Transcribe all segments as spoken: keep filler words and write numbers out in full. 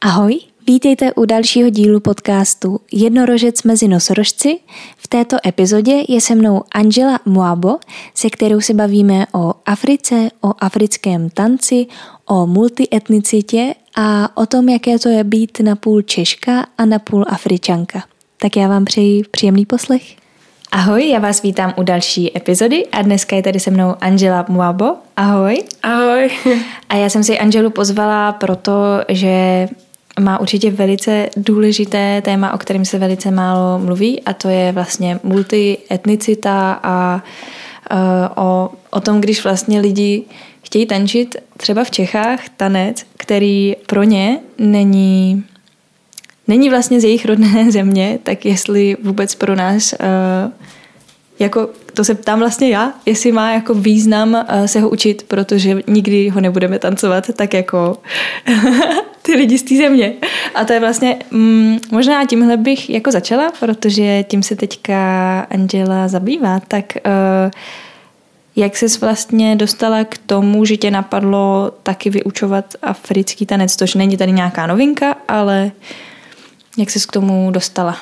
Ahoj, vítejte u dalšího dílu podcastu Jednorožec mezi nosorožci. V této epizodě je se mnou Angela Mwabo, se kterou se bavíme o Africe, o africkém tanci, o multietnicitě a o tom, jaké to je být napůl Češka a napůl Afričanka. Tak já vám přeji příjemný poslech. Ahoj, já vás vítám u další epizody a dneska je tady se mnou Angela Mwabo. Ahoj. Ahoj. A já jsem si Angelu pozvala proto, že má určitě velice důležité téma, o kterém se velice málo mluví, a to je vlastně multietnicita a uh, o, o tom, když vlastně lidi chtějí tančit třeba v Čechách tanec, který pro ně není, není vlastně z jejich rodné země, tak jestli vůbec pro nás, uh, jako to se ptám vlastně já, jestli má jako význam uh, se ho učit, protože nikdy ho nebudeme tancovat tak jako ty lidi z té země. A to je vlastně, mm, možná tímhle bych jako začala, protože tím se teďka Angela zabývá. Tak uh, jak ses vlastně dostala k tomu, že tě napadlo taky vyučovat africký tanec? Tož není tady nějaká novinka, ale jak ses k tomu dostala?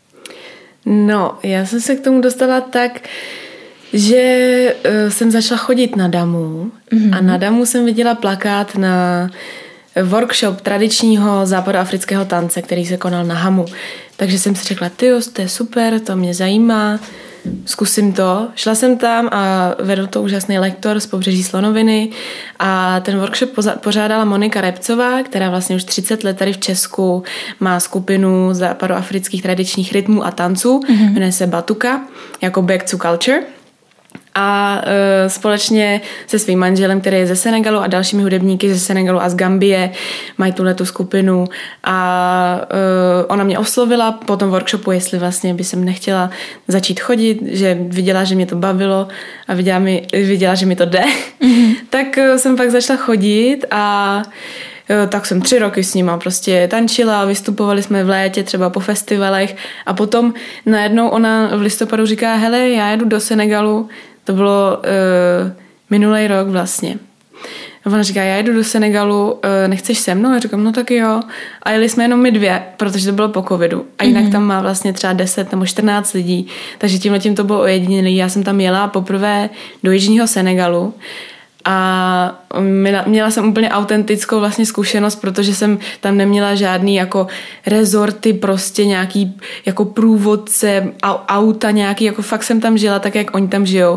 No, já jsem se k tomu dostala tak, že uh, jsem začala chodit na damu mm-hmm. a na damu jsem viděla plakát na workshop tradičního západoafrického tance, který se konal na Hamu. Takže jsem si řekla, tyjo, to je super, to mě zajímá, zkusím to. Šla jsem tam a vedl to úžasný lektor z Pobřeží Slonoviny a ten workshop pořádala Monika Repcová, která vlastně už třicet let tady v Česku má skupinu západoafrických tradičních rytmů a tanců, mm-hmm. jmenuje se Batuka, jako Back to Culture. A uh, společně se svým manželem, který je ze Senegalu, a dalšími hudebníky ze Senegalu a z Gambie mají tuhletu skupinu a uh, ona mě oslovila po tom workshopu, jestli vlastně by jsem nechtěla začít chodit, že viděla, že mě to bavilo a viděla, mi, viděla že mi to jde. Mm-hmm. Tak uh, jsem pak začala chodit a Jo, tak jsem tři roky s nima prostě tančila, vystupovali jsme v létě třeba po festivalech a potom najednou ona v listopadu říká, hele, já jedu do Senegalu, to bylo uh, minulý rok vlastně. A ona říká, já jedu do Senegalu, uh, nechceš se mnou? Já říkám, no tak jo. A jeli jsme jenom my dvě, protože to bylo po covidu. A jinak mm-hmm. tam má vlastně třeba deset nebo čtrnáct lidí, takže tímhletím to bylo ojedinělý. Já jsem tam jela poprvé do jižního Senegalu. A měla jsem úplně autentickou vlastně zkušenost, protože jsem tam neměla žádný jako rezorty, prostě nějaký jako průvodce, auta nějaký, jako fakt jsem tam žila tak, jak oni tam žijou.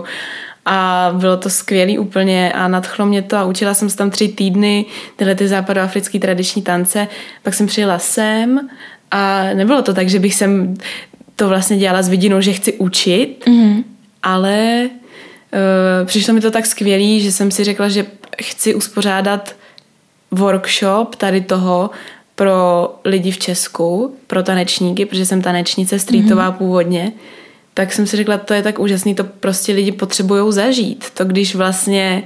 A bylo to skvělý úplně a nadchlo mě to a učila jsem se tam tři týdny tyhle ty západoafrický tradiční tance. Pak jsem přijela sem a nebylo to tak, že bych sem to vlastně dělala s vidinou, že chci učit, mm-hmm. ale Uh, přišlo mi to tak skvělý, že jsem si řekla, že chci uspořádat workshop tady toho pro lidi v Česku, pro tanečníky, protože jsem tanečnice streetová mm-hmm. původně, tak jsem si řekla, to je tak úžasný, to prostě lidi potřebujou zažít. To, když vlastně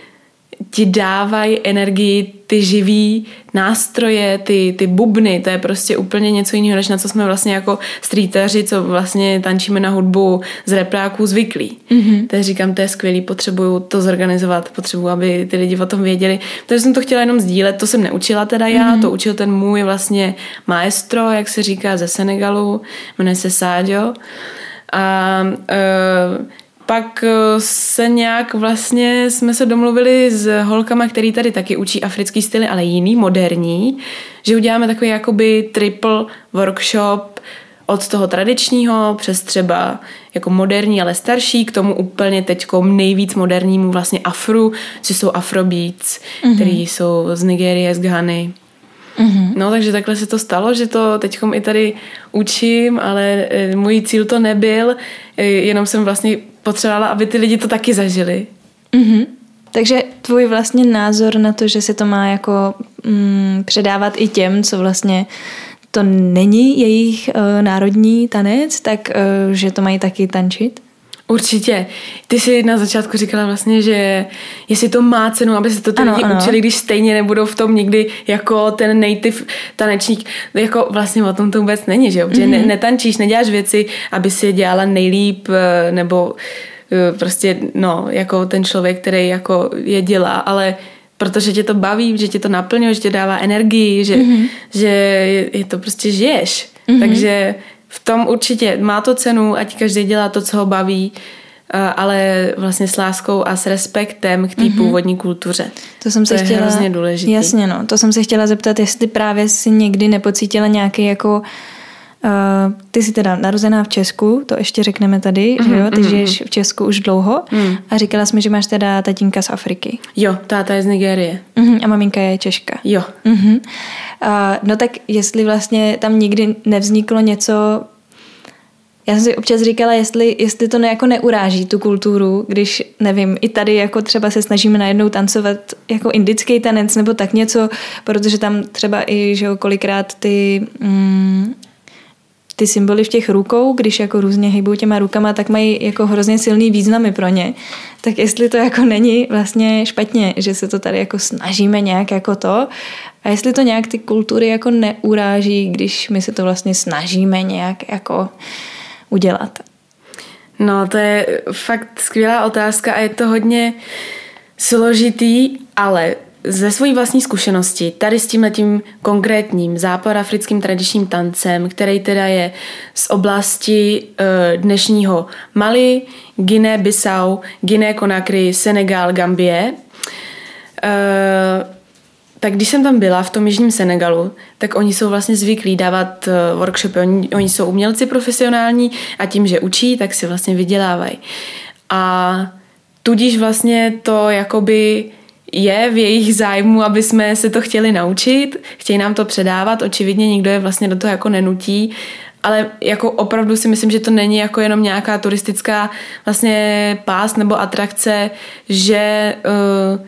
ti dávají energii ty živý nástroje, ty, ty bubny, to je prostě úplně něco jiného, než na co jsme vlastně jako streetaři, co vlastně tančíme na hudbu z repráků zvyklí. Mm-hmm. Takže říkám, to je skvělý, potřebuju to zorganizovat, potřebuju, aby ty lidi o tom věděli. Takže jsem to chtěla jenom sdílet, to jsem neučila teda já, mm-hmm. to učil ten můj vlastně maestro, jak se říká, ze Senegalu, jmenuje se Sáďo. A uh, pak se nějak vlastně jsme se domluvili s holkama, který tady taky učí africký styly, ale jiný, moderní, že uděláme takový jakoby triple workshop od toho tradičního přes třeba jako moderní, ale starší, k tomu úplně teďkom nejvíc modernímu vlastně afru, což jsou afrobeats, mm-hmm. který jsou z Nigérie, z Ghany. Mm-hmm. No, takže takhle se to stalo, že to teďkom i tady učím, ale e, můj cíl to nebyl, e, jenom jsem vlastně potřebovala, aby ty lidi to taky zažili. Mm-hmm. Takže tvůj vlastně názor na to, že se to má jako mm, předávat i těm, co vlastně to není jejich uh, národní tanec, tak uh, že to mají taky tančit? Určitě. Ty jsi na začátku říkala vlastně, že jestli to má cenu, aby se to ty ano, lidi ano. učili, když stejně nebudou v tom nikdy jako ten native tanečník. Jako vlastně o tom to vůbec není, že jo? Protože mm-hmm. ne, netančíš, neděláš věci, aby si je dělala nejlíp, nebo prostě no, jako ten člověk, který jako je dělá, ale protože tě to baví, že tě to naplňuje, že tě dává energii, že, mm-hmm. že je to prostě žiješ. Mm-hmm. Takže v tom určitě má to cenu, ať každý dělá to, co ho baví, ale vlastně s láskou a s respektem k té mm-hmm. původní kultuře. To jsem se to je chtěla, hrozně důležitý. Jasně, no. To jsem se chtěla zeptat, jestli právě si někdy nepocítila nějaký jako Uh, ty jsi teda narozená v Česku, to ještě řekneme tady, mm-hmm, že jo? Ty mm-hmm. žiješ v Česku už dlouho mm. a říkala jsi mi, že máš teda tatínka z Afriky. Jo, táta je z Nigérie. Mm-hmm, a maminka je Češka. Jo. Mm-hmm. Uh, no tak jestli vlastně tam nikdy nevzniklo něco, já jsem si občas říkala, jestli, jestli to ne, jako neuráží tu kulturu, když, nevím, i tady jako třeba se snažíme najednou tancovat jako indický tanec nebo tak něco, protože tam třeba i, že jo, kolikrát ty... Mm, ty symboly v těch rukou, když jako různě hejbou těma rukama, tak mají jako hrozně silný významy pro ně. Tak jestli to jako není vlastně špatně, že se to tady jako snažíme nějak jako to, a jestli to nějak ty kultury jako neuráží, když my se to vlastně snažíme nějak jako udělat. No, to je fakt skvělá otázka a je to hodně složitý, ale ze své vlastní zkušenosti tady s tímhletím konkrétním západoafrickým tradičním tancem, který teda je z oblasti e, dnešního Mali, Guinea-Bissau, Guinea-Conakry, Senegal, Gambie. E, tak když jsem tam byla v tom jižním Senegalu, tak oni jsou vlastně zvyklí dávat uh, workshopy. Oni, oni jsou umělci profesionální a tím, že učí, tak si vlastně vydělávají. A tudíž vlastně to jakoby je v jejich zájmu, aby jsme se to chtěli naučit, chtějí nám to předávat, očividně nikdo je vlastně do toho jako nenutí, ale jako opravdu si myslím, že to není jako jenom nějaká turistická vlastně pás nebo atrakce, že uh,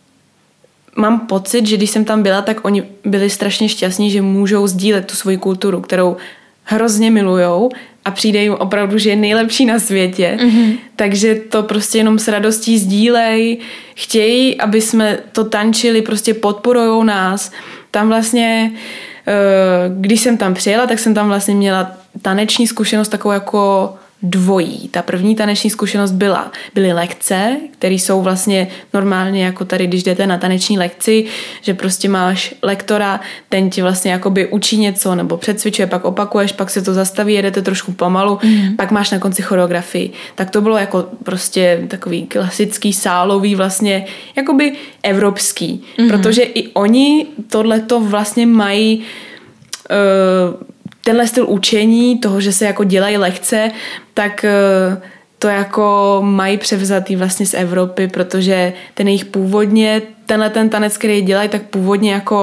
mám pocit, že když jsem tam byla, tak oni byli strašně šťastní, že můžou sdílet tu svoji kulturu, kterou hrozně milujou a přijde jim opravdu, že je nejlepší na světě. Mm-hmm. Takže to prostě jenom s radostí sdílej. Chtějí, aby jsme to tančili, prostě podporujou nás. Tam vlastně, když jsem tam přijela, tak jsem tam vlastně měla taneční zkušenost takovou jako dvojí. Ta první taneční zkušenost byla, byly lekce, které jsou vlastně normálně jako tady, když jdete na taneční lekci, že prostě máš lektora, ten ti vlastně jakoby učí něco nebo předcvičuje, pak opakuješ, pak se to zastaví, jedete trošku pomalu, mm. pak máš na konci choreografii. Tak to bylo jako prostě takový klasický sálový vlastně jakoby evropský, mm. protože i oni tohleto vlastně mají uh, tenhle styl učení, toho, že se jako dělají lekce, tak to jako mají převzatý vlastně z Evropy, protože ten jejich původně, tenhle ten tanec, který dělají, tak původně jako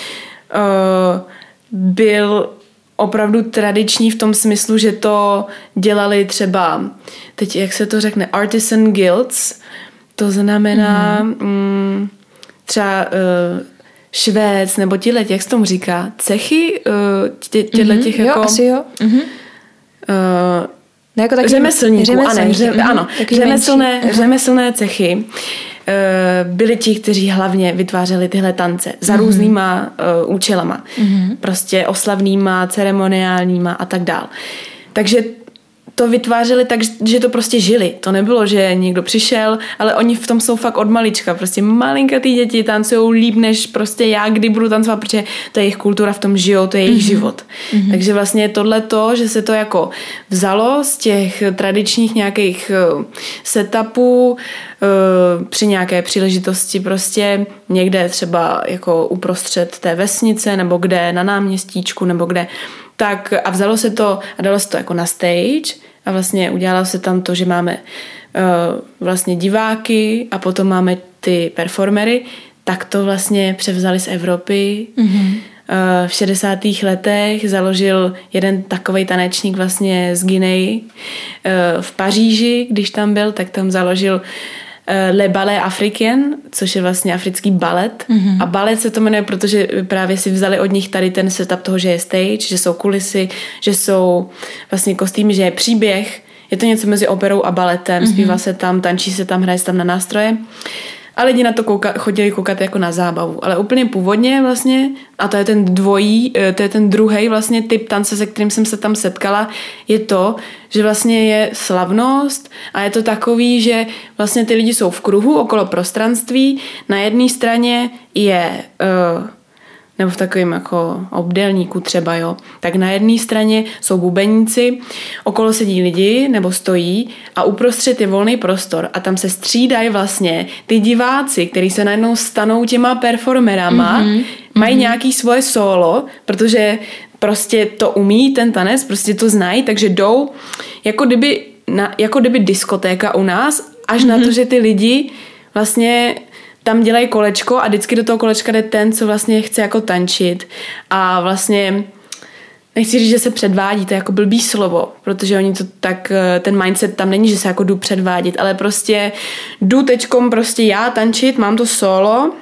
uh, byl opravdu tradiční v tom smyslu, že to dělali třeba, teď jak se to řekne, artisan guilds, to znamená mm. Mm, třeba uh, Švéc, nebo tihle, jak se tomu říká, cechy, tě, těchto těch mm-hmm, jako... Jo, asi jo. Mm-hmm. Uh, no jako taky řemeslníků, řemeslníky, ano, ře, mm-hmm, ano řemeslné, mm-hmm. řemeslné cechy uh, byli ti, kteří hlavně vytvářeli tyhle tance za mm-hmm. různýma uh, účelama. Mm-hmm. Prostě oslavnýma, ceremoniálníma a tak dál. Takže to vytvářeli tak, že to prostě žili. To nebylo, že někdo přišel, ale oni v tom jsou fakt od malička. Prostě malinkatý děti tancujou líp, než prostě já, kdy budu tancovat, protože to je jejich kultura, v tom žijou, to je jejich mm-hmm. život. Mm-hmm. Takže vlastně tohleto, že se to jako vzalo z těch tradičních nějakých setupů při nějaké příležitosti prostě někde třeba jako uprostřed té vesnice, nebo kde na náměstíčku, nebo kde tak a vzalo se to a dalo se to jako na stage a vlastně udělalo se tam to, že máme uh, vlastně diváky a potom máme ty performery, tak to vlastně převzali z Evropy. Mm-hmm. Uh, v šedesátých letech založil jeden takovej tanečník vlastně z Guinei uh, v Paříži, když tam byl, tak tam založil Le Ballet Africain, což je vlastně africký balet. Mm-hmm. A balet se to jmenuje, protože právě si vzali od nich tady ten setup toho, že je stage, že jsou kulisy, že jsou vlastně kostýmy, že je příběh. Je to něco mezi operou a baletem. Mm-hmm. Zpívá se tam, tančí se tam, hraje se tam na nástroje. A lidi na to kouka, chodili koukat jako na zábavu. Ale úplně původně vlastně, a to je ten dvojí, to je ten druhý vlastně typ tance, se kterým jsem se tam setkala, je to, že vlastně je slavnost a je to takový, že vlastně ty lidi jsou v kruhu okolo prostranství. Na jedné straně je... Uh, nebo v takovém jako obdélníku třeba, jo. Tak na jedné straně jsou bubeníci, okolo sedí lidi nebo stojí a uprostřed je volný prostor a tam se střídají vlastně ty diváci, kteří se najednou stanou těma performerama, mm-hmm. mají mm-hmm. nějaký svoje solo, protože prostě to umí ten tanec, prostě to znají, takže jdou jako kdyby, na, jako kdyby diskotéka u nás, až mm-hmm. na to, že ty lidi vlastně tam dělají kolečko a vždycky do toho kolečka jde ten, co vlastně chce jako tančit. A vlastně nechci říct, že se předvádí, to je jako blbý slovo, protože oni to tak, ten mindset tam není, že se jako jdu předvádět, ale prostě jdu teďkom prostě já tančit, mám to solo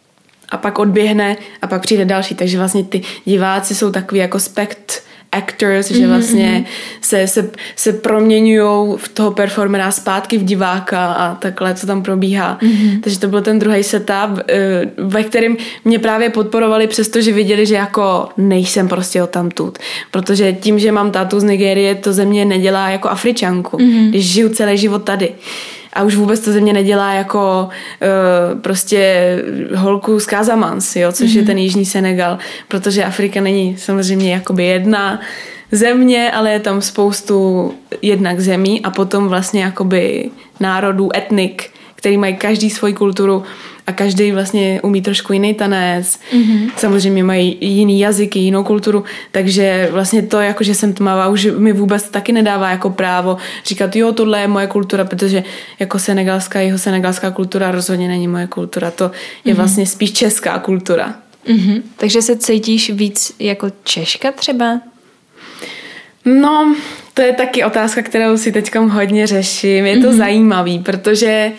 a pak odběhne a pak přijde další. Takže vlastně ty diváci jsou takový jako spect actors, že vlastně se, se, se proměňujou v toho performera zpátky v diváka a takhle, co tam probíhá. Mm-hmm. Takže to byl ten druhý setup, ve kterém mě právě podporovali, přestože viděli, že jako nejsem prostě odtamtud. Protože tím, že mám tátu z Nigérie, to ze mě nedělá jako Afričanku, mm-hmm. když žiju celý život tady. A už vůbec to ze mě nedělá jako uh, prostě holku z Casamance, jo, což mm-hmm. je ten jižní Senegal, protože Afrika není samozřejmě jakoby jedna země, ale je tam spoustu jednak zemí a potom vlastně jakoby národů, etnik, který mají každý svoji kulturu a každý vlastně umí trošku jiný tanec. Mm-hmm. Samozřejmě mají jiný jazyky, jinou kulturu, takže vlastně to, jako že jsem tmavá, už mi vůbec taky nedává jako právo říkat, jo, tohle je moje kultura, protože jako senegalská, jeho senegalská kultura rozhodně není moje kultura. To je mm-hmm. vlastně spíš česká kultura. Mm-hmm. Takže se cítíš víc jako Češka třeba? No, to je taky otázka, kterou si teďka hodně řeším. Je to mm-hmm. zajímavý, protože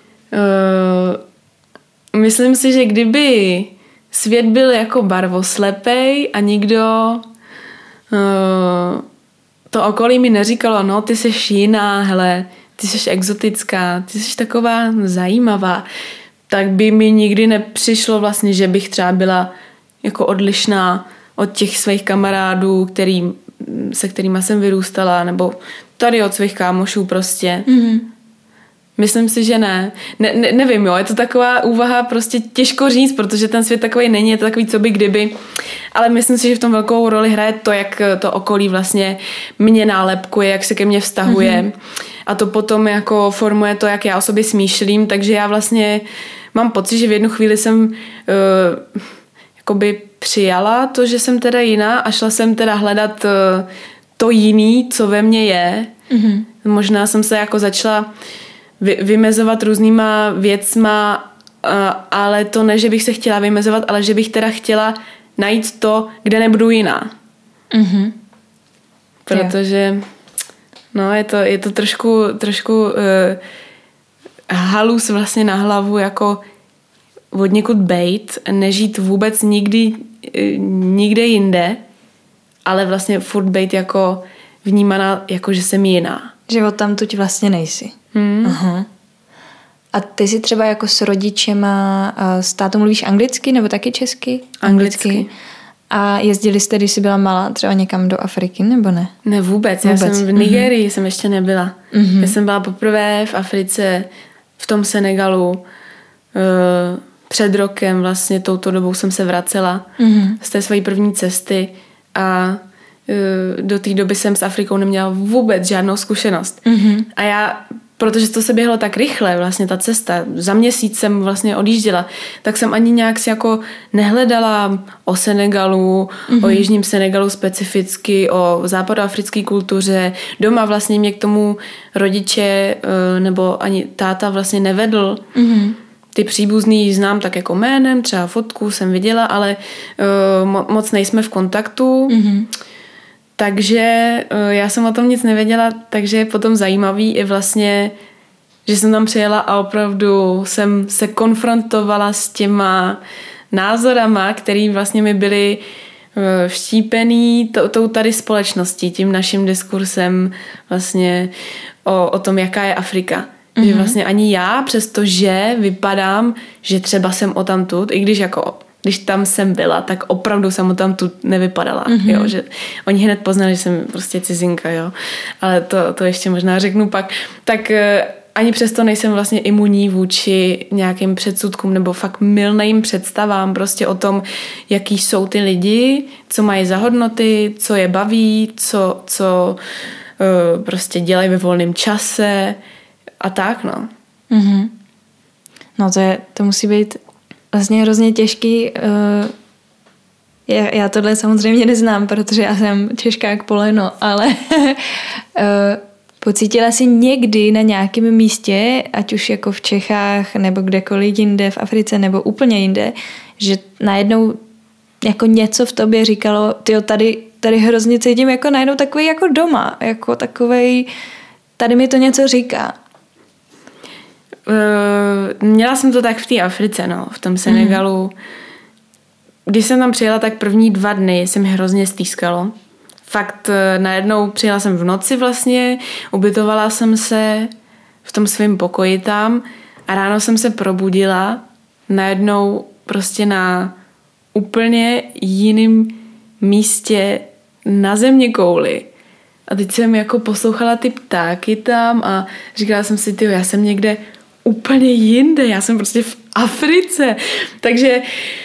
uh, myslím si, že kdyby svět byl jako barvoslepej a nikdo uh, to okolí mi neříkalo, no ty jsi jiná, hele, ty jsi exotická, ty jsi taková zajímavá, tak by mi nikdy nepřišlo vlastně, že bych třeba byla jako odlišná od těch svých kamarádů, který, se kterýma jsem vyrůstala, nebo tady od svých kámošů prostě. Mm-hmm. Myslím si, že ne. ne, ne. Nevím, jo, je to taková úvaha prostě těžko říct, protože ten svět takový není, je to takový co by kdyby, ale myslím si, že v tom velkou roli hraje to, jak to okolí vlastně mě nálepkuje, jak se ke mně vztahuje mm-hmm. a to potom jako formuje to, jak já o sobě smýšlím, takže já vlastně mám pocit, že v jednu chvíli jsem uh, jakoby přijala to, že jsem teda jiná a šla jsem teda hledat uh, to jiný, co ve mně je. Mm-hmm. Možná jsem se jako začala vymezovat různýma věcma, ale to ne, že bych se chtěla vymezovat, ale že bych teda chtěla najít to, kde nebudu jiná. Mm-hmm. Protože no, je to, je to trošku, trošku uh, halus vlastně na hlavu, jako od někud bejt, nežít vůbec nikdy, nikde jinde, ale vlastně furt bejt jako vnímaná, jako že jsem jiná. Že od tam tuď vlastně nejsi. Hmm. Aha. A ty si třeba jako s rodičema, s tátou mluvíš anglicky nebo taky česky? Anglicky. anglicky. A jezdili jste, když jsi byla malá, třeba někam do Afriky, nebo ne? Ne, vůbec. vůbec. Já jsem v Nigerii, mm-hmm. jsem ještě nebyla. Mm-hmm. Já jsem byla poprvé v Africe, v tom Senegalu. Uh, před rokem vlastně touto dobou jsem se vracela mm-hmm. z té své první cesty a do té doby jsem s Afrikou neměla vůbec žádnou zkušenost. Mm-hmm. A já, protože to se běhlo tak rychle, vlastně ta cesta, za měsíc jsem vlastně odjížděla, tak jsem ani nějak si jako nehledala o Senegalu, mm-hmm. o jižním Senegalu specificky, o západoafrické kultuře. Doma vlastně mě k tomu rodiče nebo ani táta vlastně nevedl. Mm-hmm. Ty příbuzný znám tak jako jménem, třeba fotku jsem viděla, ale uh, moc nejsme v kontaktu. Mm-hmm. Takže já jsem o tom nic nevěděla, takže je potom zajímavý i vlastně, že jsem tam přijela a opravdu jsem se konfrontovala s těma názorama, který vlastně mi byly vštípený tou tady společností, tím naším diskursem vlastně o, o tom, jaká je Afrika. Mm-hmm. Že vlastně ani já, přestože vypadám, že třeba jsem odtamtud, i když jako když tam jsem byla, tak opravdu jsem odtamtud nevypadala. Mm-hmm. Jo, že oni hned poznali, že jsem prostě cizinka, jo. Ale to, to ještě možná řeknu pak. Tak ani přesto nejsem vlastně imunní vůči nějakým předsudkům nebo fakt mylným představám prostě o tom, jaký jsou ty lidi, co mají za hodnoty, co je baví, co, co uh, prostě dělají ve volném čase a tak, no. Mm-hmm. No to je, to musí být vlastně hrozně těžký. Uh, já, já tohle samozřejmě neznám, protože já jsem Češka jak poleno, ale uh, pocítila jsi někdy na nějakém místě, ať už jako v Čechách nebo kdekoliv jinde v Africe nebo úplně jinde, že najednou jako něco v tobě říkalo, tyjo, tady, tady hrozně cítím jako najednou takový jako doma, jako takovej, tady mi to něco říká. Uh, měla jsem to tak v té Africe, no, v tom Senegalu. Mm. Když jsem tam přijela, tak první dva dny se mi hrozně stýskalo. Fakt najednou přijela jsem v noci vlastně, ubytovala jsem se v tom svém pokoji tam a ráno jsem se probudila najednou prostě na úplně jiném místě na zeměkouli. A teď jsem jako poslouchala ty ptáky tam a říkala jsem si, tyjo, já jsem někde úplně jinde, já jsem prostě v Africe. Takže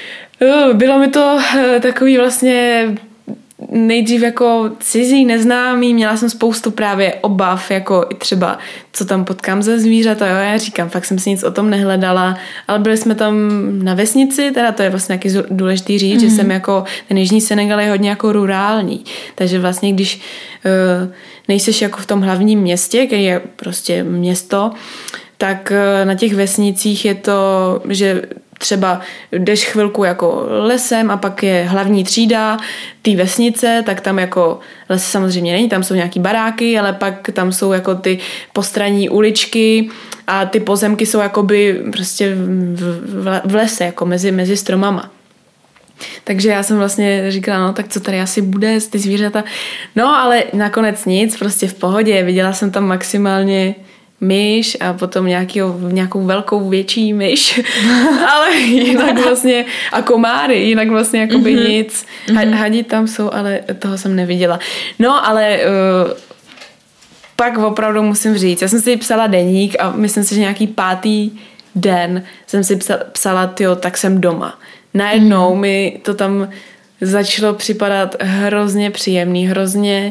bylo mi to takový vlastně nejdřív jako cizí, neznámý, měla jsem spoustu právě obav, jako i třeba, co tam potkám za zvířata, jo, já říkám, fakt jsem si nic o tom nehledala, ale byli jsme tam na vesnici, teda to je vlastně nějaký důležitý říct, mm-hmm. že jsem jako, ten jižní Senegal je hodně jako rurální, takže vlastně, když uh, nejseš jako v tom hlavním městě, který je prostě město, tak uh, na těch vesnicích je to, že třeba jdeš chvilku jako lesem a pak je hlavní třída té vesnice, tak tam jako les samozřejmě není, tam jsou nějaký baráky, ale pak tam jsou jako ty postranní uličky a ty pozemky jsou jakoby prostě v, v lese, jako mezi, mezi stromama. Takže já jsem vlastně říkala, no tak co tady asi bude z ty zvířata. No ale nakonec nic, prostě v pohodě, viděla jsem tam maximálně myš a potom nějakýho, nějakou velkou větší myš, ale jinak vlastně a komáry, jinak vlastně jakoby mm-hmm. nic. Ha, hadi tam jsou, ale toho jsem neviděla. No, ale uh, pak opravdu musím říct, já jsem si psala deník a myslím si, že nějaký pátý den jsem si psala, psala tyjo, tak jsem doma. Najednou mm-hmm. mi to tam začalo připadat hrozně příjemný, hrozně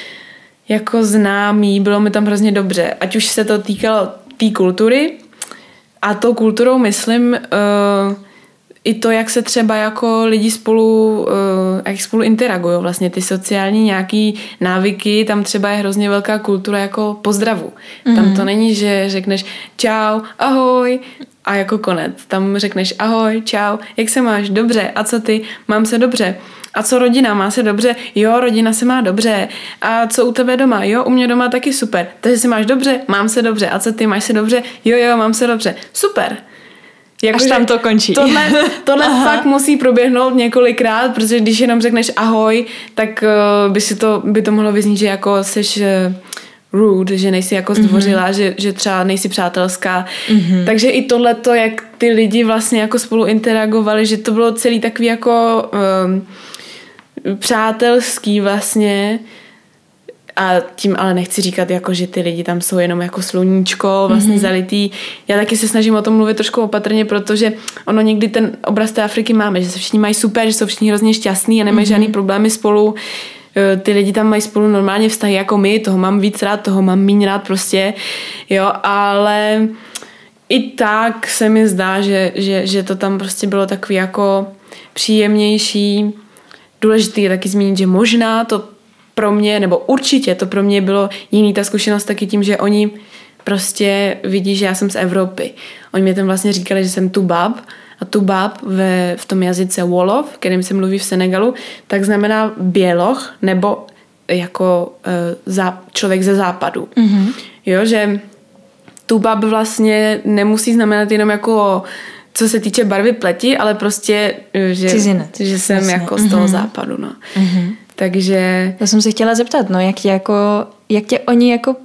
jako známý, bylo mi tam hrozně dobře. Ať už se to týkalo té tý kultury a tou kulturou myslím uh, i to, jak se třeba jako lidi spolu, uh, jak spolu interagují, vlastně ty sociální nějaký návyky, tam třeba je hrozně velká kultura jako pozdravu. Mm-hmm. Tam to není, že řekneš čau, ahoj a jako konec. Tam řekneš ahoj, čau, jak se máš? Dobře. A co ty? Mám se dobře. A co rodina? Má se dobře? Jo, rodina se má dobře. A co u tebe doma? Jo, u mě doma taky super. Takže se máš dobře? Mám se dobře. A co ty? Máš se dobře? Jo, jo, mám se dobře. Super. Jako, až tam to končí. Tohle, tohle fakt musí proběhnout několikrát, protože když jenom řekneš ahoj, tak uh, by, si to, by to mohlo vyznít, že jako seš uh, rude, že nejsi jako zdvořilá, mm-hmm. že, že třeba nejsi přátelská. Mm-hmm. Takže i tohleto, jak ty lidi vlastně jako spolu interagovali, že to bylo celý takový jako um, přátelský vlastně. A tím ale nechci říkat, jako, že ty lidi tam jsou jenom jako sluníčko vlastně mm-hmm. zalitý. Já taky se snažím o tom mluvit trošku opatrně, protože ono někdy ten obraz té Afriky máme, že se všichni mají super, že jsou všichni hrozně šťastní a nemají mm-hmm. žádný problémy spolu. Ty lidi tam mají spolu normálně vztahy jako my, toho mám víc rád, toho mám míň rád prostě, jo, ale i tak se mi zdá, že, že, že to tam prostě bylo takový jako příjemnější. Důležitý je taky zmínit, že možná to pro mě, nebo určitě to pro mě bylo jiný ta zkušenost taky tím, že oni prostě vidí, že já jsem z Evropy. Oni mě tam vlastně říkali, že jsem tubab a tubab ve, v tom jazyce Wolof, kterým se mluví v Senegalu, tak znamená běloch nebo jako uh, zá, člověk ze západu. Mm-hmm. Jo, že tubab vlastně nemusí znamenat jenom jako co se týče barvy pleti, ale prostě, že, Cizinec, že jsem vlastně. jako z toho mm-hmm. západu. No. Mm-hmm. Takže... To jsem se chtěla zeptat, no, jak tě, jako, jak tě oni jako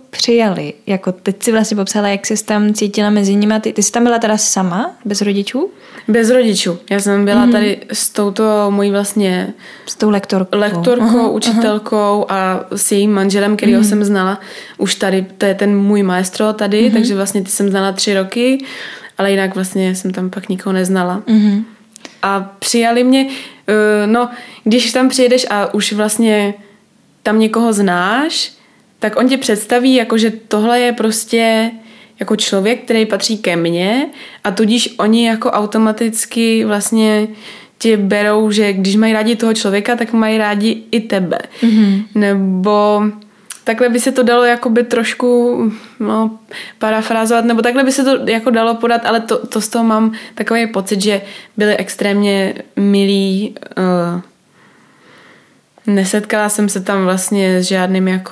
přijali? Jako teď si vlastně popsala, jak jsi tam cítila mezi nimi. Ty, ty jsi tam byla teda sama, bez rodičů? Bez rodičů. Já jsem byla mm-hmm. tady s touto mojí vlastně... S tou lektorkou. Lektorkou, aha, učitelkou aha. a s jejím manželem, kterýho mm-hmm. jsem znala už tady. To je ten můj maestro tady, mm-hmm. takže vlastně ty jsem znala tři roky, ale jinak vlastně jsem tam pak nikoho neznala. Mm-hmm. A přijali mě, no, když tam přijedeš a už vlastně tam někoho znáš, tak on tě představí, jako že tohle je prostě jako člověk, který patří ke mně a tudíž oni jako automaticky vlastně tě berou, že když mají rádi toho člověka, tak mají rádi i tebe. Mm-hmm. Nebo takhle by se to dalo jakoby trošku no, parafrázovat, nebo takhle by se to jako dalo podat, ale to, to z toho mám takový pocit, že byli extrémně milí. Uh, nesetkala jsem se tam vlastně s žádným jako...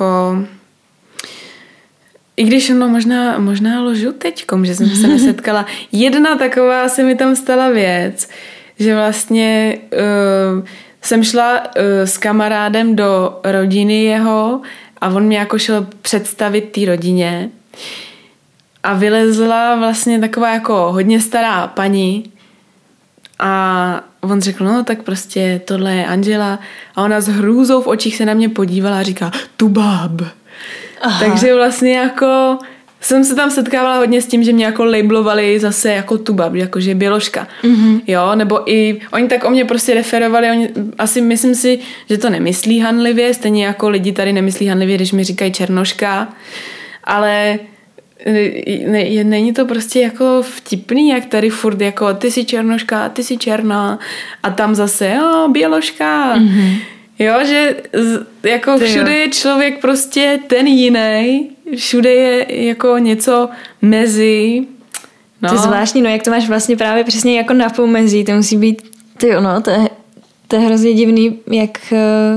I když no možná, možná ložu teďkom, že jsem se nesetkala. Jedna taková se mi tam stala věc, že vlastně uh, jsem šla uh, s kamarádem do rodiny jeho a on mě jako šel představit té rodině a vylezla vlastně taková jako hodně stará paní a on řekl, no tak prostě tohle je Angela a ona s hrůzou v očích se na mě podívala a říká, tu báb. Aha. Takže vlastně jako jsem se tam setkávala hodně s tím, že mě jako labelovali zase jako tubab, jakože běložka. Mm-hmm. Jo, nebo i oni tak o mě prostě referovali, oni, asi myslím si, že to nemyslí hanlivě, stejně jako lidi tady nemyslí hanlivě, když mi říkají černoška, ale ne, není to prostě jako vtipný, jak tady furt jako ty jsi černoška, ty jsi černá a tam zase jo, běložka. Mm-hmm. Jo, že jako všude je člověk prostě ten jiný, všude je jako něco mezi. No. To je zvláštní, no jak to máš vlastně právě přesně jako na pomezí, to musí být, tyjo, no, to je, to je hrozně divný, jak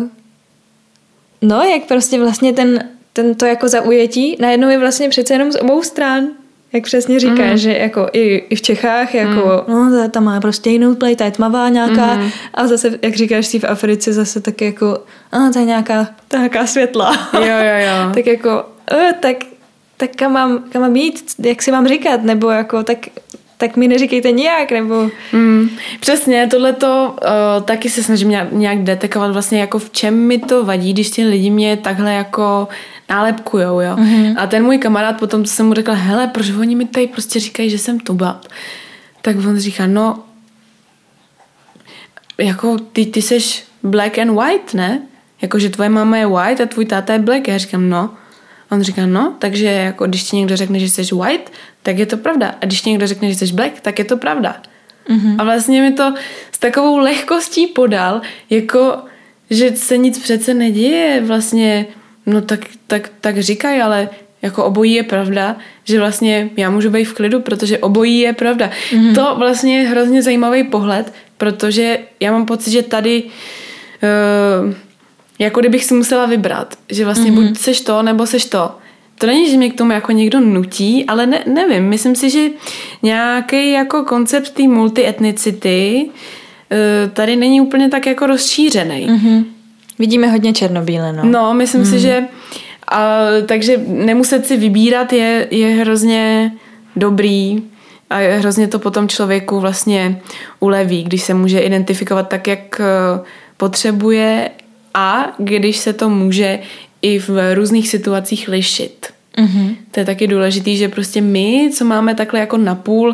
no, jak prostě vlastně ten, ten to jako zaujetí najednou je vlastně přece jenom z obou stran. Jak přesně říkáš, mm. že jako i, i v Čechách, jako, mm. no, ta, ta má prostě jinou play, ta je tmavá nějaká, mm. a zase, jak říkáš, si v Africe zase tak jako, a ta je nějaká, ta je nějaká světla. Jo, jo, jo. Tak jako, uh, tak, tak kam mám, kam mám jít, jak si mám říkat, nebo jako, tak, tak mi neříkejte nijak, nebo... Mm, přesně, tohleto uh, taky se snažím nějak, nějak detekovat vlastně, jako v čem mi to vadí, když ti lidi mě takhle jako nálepkujou, jo. Mm-hmm. A ten můj kamarád potom, co jsem mu řekla, hele, proč oni mi tady prostě říkají, že jsem tubab? Tak on říká, no, jako ty, ty seš black and white, ne? Jako, že tvoje máma je white a tvůj táta je black. Já říkám, no. On říká, no, takže jako když ti někdo řekne, že jsi white, tak je to pravda. A když ti někdo řekne, že jsi black, tak je to pravda. Mm-hmm. A vlastně mi to s takovou lehkostí podal, jako, že se nic přece neděje. Vlastně, no tak, tak, tak říkaj, ale jako obojí je pravda, že vlastně já můžu být v klidu, protože obojí je pravda. Mm-hmm. To vlastně je hrozně zajímavý pohled, protože já mám pocit, že tady... Uh, jako kdybych si musela vybrat, že vlastně mm-hmm. buď seš to, nebo seš to. To není, že mě k tomu jako někdo nutí, ale ne, nevím. Myslím si, že nějaký jako koncept té multietnicity tady není úplně tak jako rozšířený. Mm-hmm. Vidíme hodně černobíle, no. No, myslím mm-hmm. si, že a, takže nemuset si vybírat je, je hrozně dobrý a hrozně to potom člověku vlastně uleví, když se může identifikovat tak, jak potřebuje a když se to může i v různých situacích lišit. Mm-hmm. To je taky důležitý, že prostě my, co máme takhle jako napůl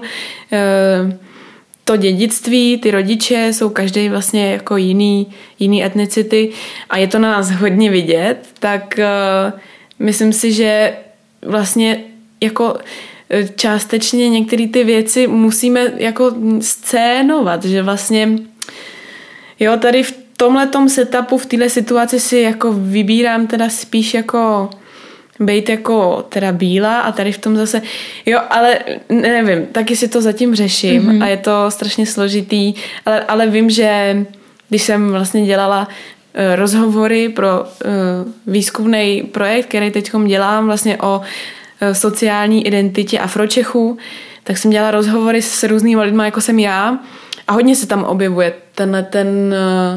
to dědictví, ty rodiče jsou každý vlastně jako jiný, jiný etnicity a je to na nás hodně vidět, tak myslím si, že vlastně jako částečně některé ty věci musíme jako scénovat, že vlastně jo, tady v tomhletom setupu, v téhle situaci si jako vybírám teda spíš jako bejt jako teda bílá a tady v tom zase, jo, ale nevím, taky si to zatím řeším mm-hmm. a je to strašně složitý, ale, ale vím, že když jsem vlastně dělala uh, rozhovory pro uh, výzkumný projekt, který teďkom dělám vlastně o uh, sociální identitě Afročechů, tak jsem dělala rozhovory s různými lidmi, jako jsem já a hodně se tam objevuje tenhle ten uh,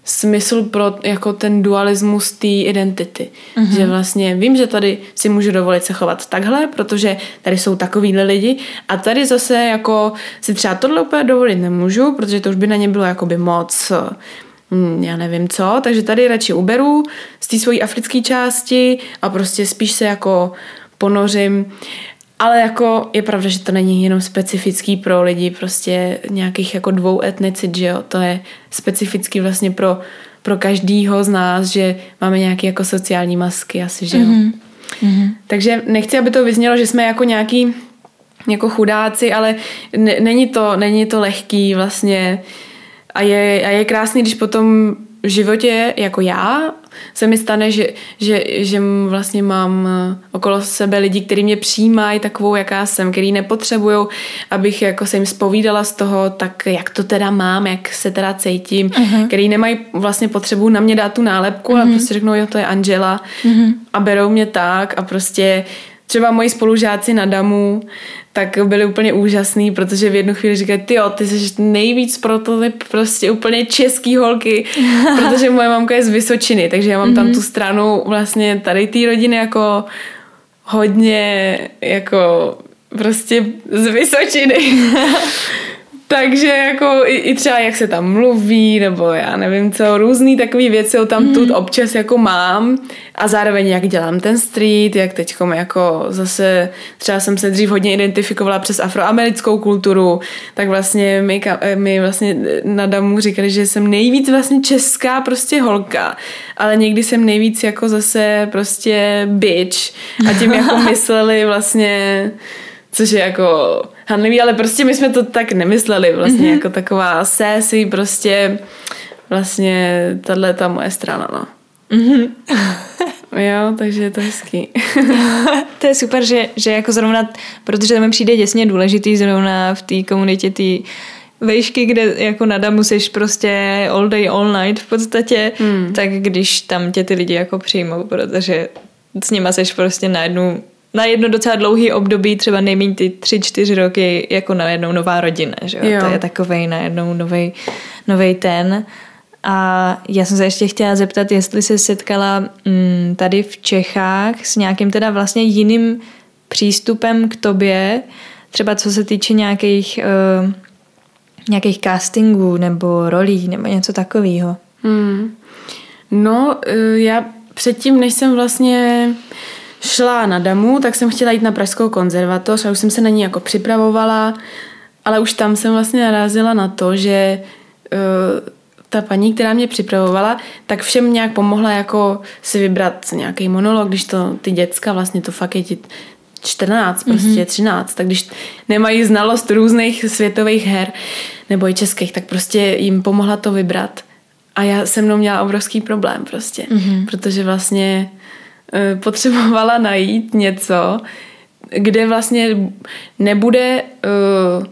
smysl pro jako ten dualismus té identity. Mm-hmm. Že vlastně vím, že tady si můžu dovolit se chovat takhle, protože tady jsou takovýhle lidi a tady zase jako si třeba tohle úplně dovolit nemůžu, protože to už by na ně bylo jakoby moc, já nevím co, takže tady radši uberu z té svojí africké části a prostě spíš se jako ponořím. Ale jako je pravda, že to není jenom specifický pro lidi prostě nějakých jako dvou etnicit, že jo, to je specifický vlastně pro, pro každýho z nás, že máme nějaké jako sociální masky asi, že jo. Mm-hmm. Takže nechci, aby to vyznělo, že jsme jako nějaký jako chudáci, ale n- není to, není to lehký vlastně a je, a je krásný, když potom v životě jako já se mi stane, že, že, že vlastně mám okolo sebe lidi, kteří mě přijímají takovou, jaká jsem, který nepotřebujou, abych jako se jim zpovídala z toho, tak jak to teda mám, jak se teda cítím, uh-huh. který nemají vlastně potřebu na mě dát tu nálepku, uh-huh. a prostě řeknou, jo, to je Angela uh-huh. a berou mě tak a prostě třeba moji spolužáci na Damu tak byli úplně úžasný, protože v jednu chvíli říkají, tyjo, ty jsi nejvíc prototyp prostě úplně český holky, protože moje mamka je z Vysočiny, takže já mám mm-hmm. tam tu stranu vlastně tady té rodiny jako hodně jako prostě z Vysočiny. Takže jako i, i třeba jak se tam mluví, nebo já nevím co, různý takový věci tam mm. tu občas jako mám a zároveň jak dělám ten street, jak teďkom jako zase třeba jsem se dřív hodně identifikovala přes afroamerickou kulturu, tak vlastně my, my vlastně na Damu říkali, že jsem nejvíc vlastně česká prostě holka, ale někdy jsem nejvíc jako zase prostě bitch a tím jako mysleli vlastně, což je jako handlivý, ale prostě my jsme to tak nemysleli vlastně, mm-hmm. jako taková sassy, prostě vlastně tahle ta moje strana, no. Mm-hmm. Jo, takže je to hezký. To je super, že, že jako zrovna, protože to mi přijde děsně důležitý zrovna v té komunitě té vejšky, kde jako na Damu seš prostě all day, all night v podstatě, mm. tak když tam tě ty lidi jako přijmou, protože s nima seš prostě na jednu na jedno docela dlouhý období, třeba nejméně ty tři, čtyři roky, jako na jednou nová rodina, že jo? Jo. To je takovej na jednou novej, novej ten. A já jsem se ještě chtěla zeptat, jestli se setkala mm, tady v Čechách s nějakým teda vlastně jiným přístupem k tobě, třeba co se týče nějakých, uh, nějakých castingů nebo rolí nebo něco takového. Hmm. No, já předtím, než jsem vlastně šla na Damu, tak jsem chtěla jít na Pražskou konzervatoř a už jsem se na ní jako připravovala, ale už tam jsem vlastně narazila na to, že uh, ta paní, která mě připravovala, tak všem nějak pomohla jako si vybrat nějaký monolog, když to ty děcka, vlastně to fakt je ti čtrnáct, prostě mm-hmm. třináct, tak když nemají znalost různých světových her nebo i českých, tak prostě jim pomohla to vybrat. A já se mnou měla obrovský problém prostě, mm-hmm. protože vlastně potřebovala najít něco, kde vlastně nebude uh,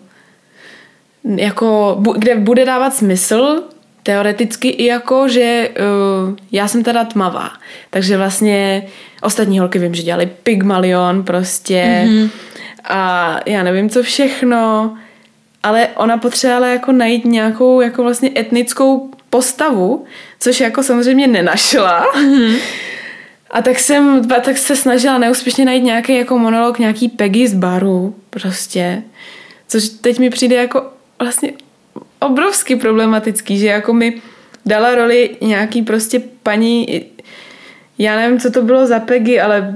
jako, bu, kde bude dávat smysl teoreticky i jako, že uh, já jsem teda tmavá. Takže vlastně ostatní holky vím, že dělali Pygmalion prostě mm-hmm. a já nevím co všechno, ale ona potřebovala jako najít nějakou jako vlastně etnickou postavu, což jako samozřejmě nenašla. Mm-hmm. A tak jsem tak se snažila neúspěšně najít nějaký jako monolog, nějaký Peggy z baru prostě, což teď mi přijde jako vlastně obrovsky problematický, že jako mi dala roli nějaký prostě paní, já nevím, co to bylo za Peggy, ale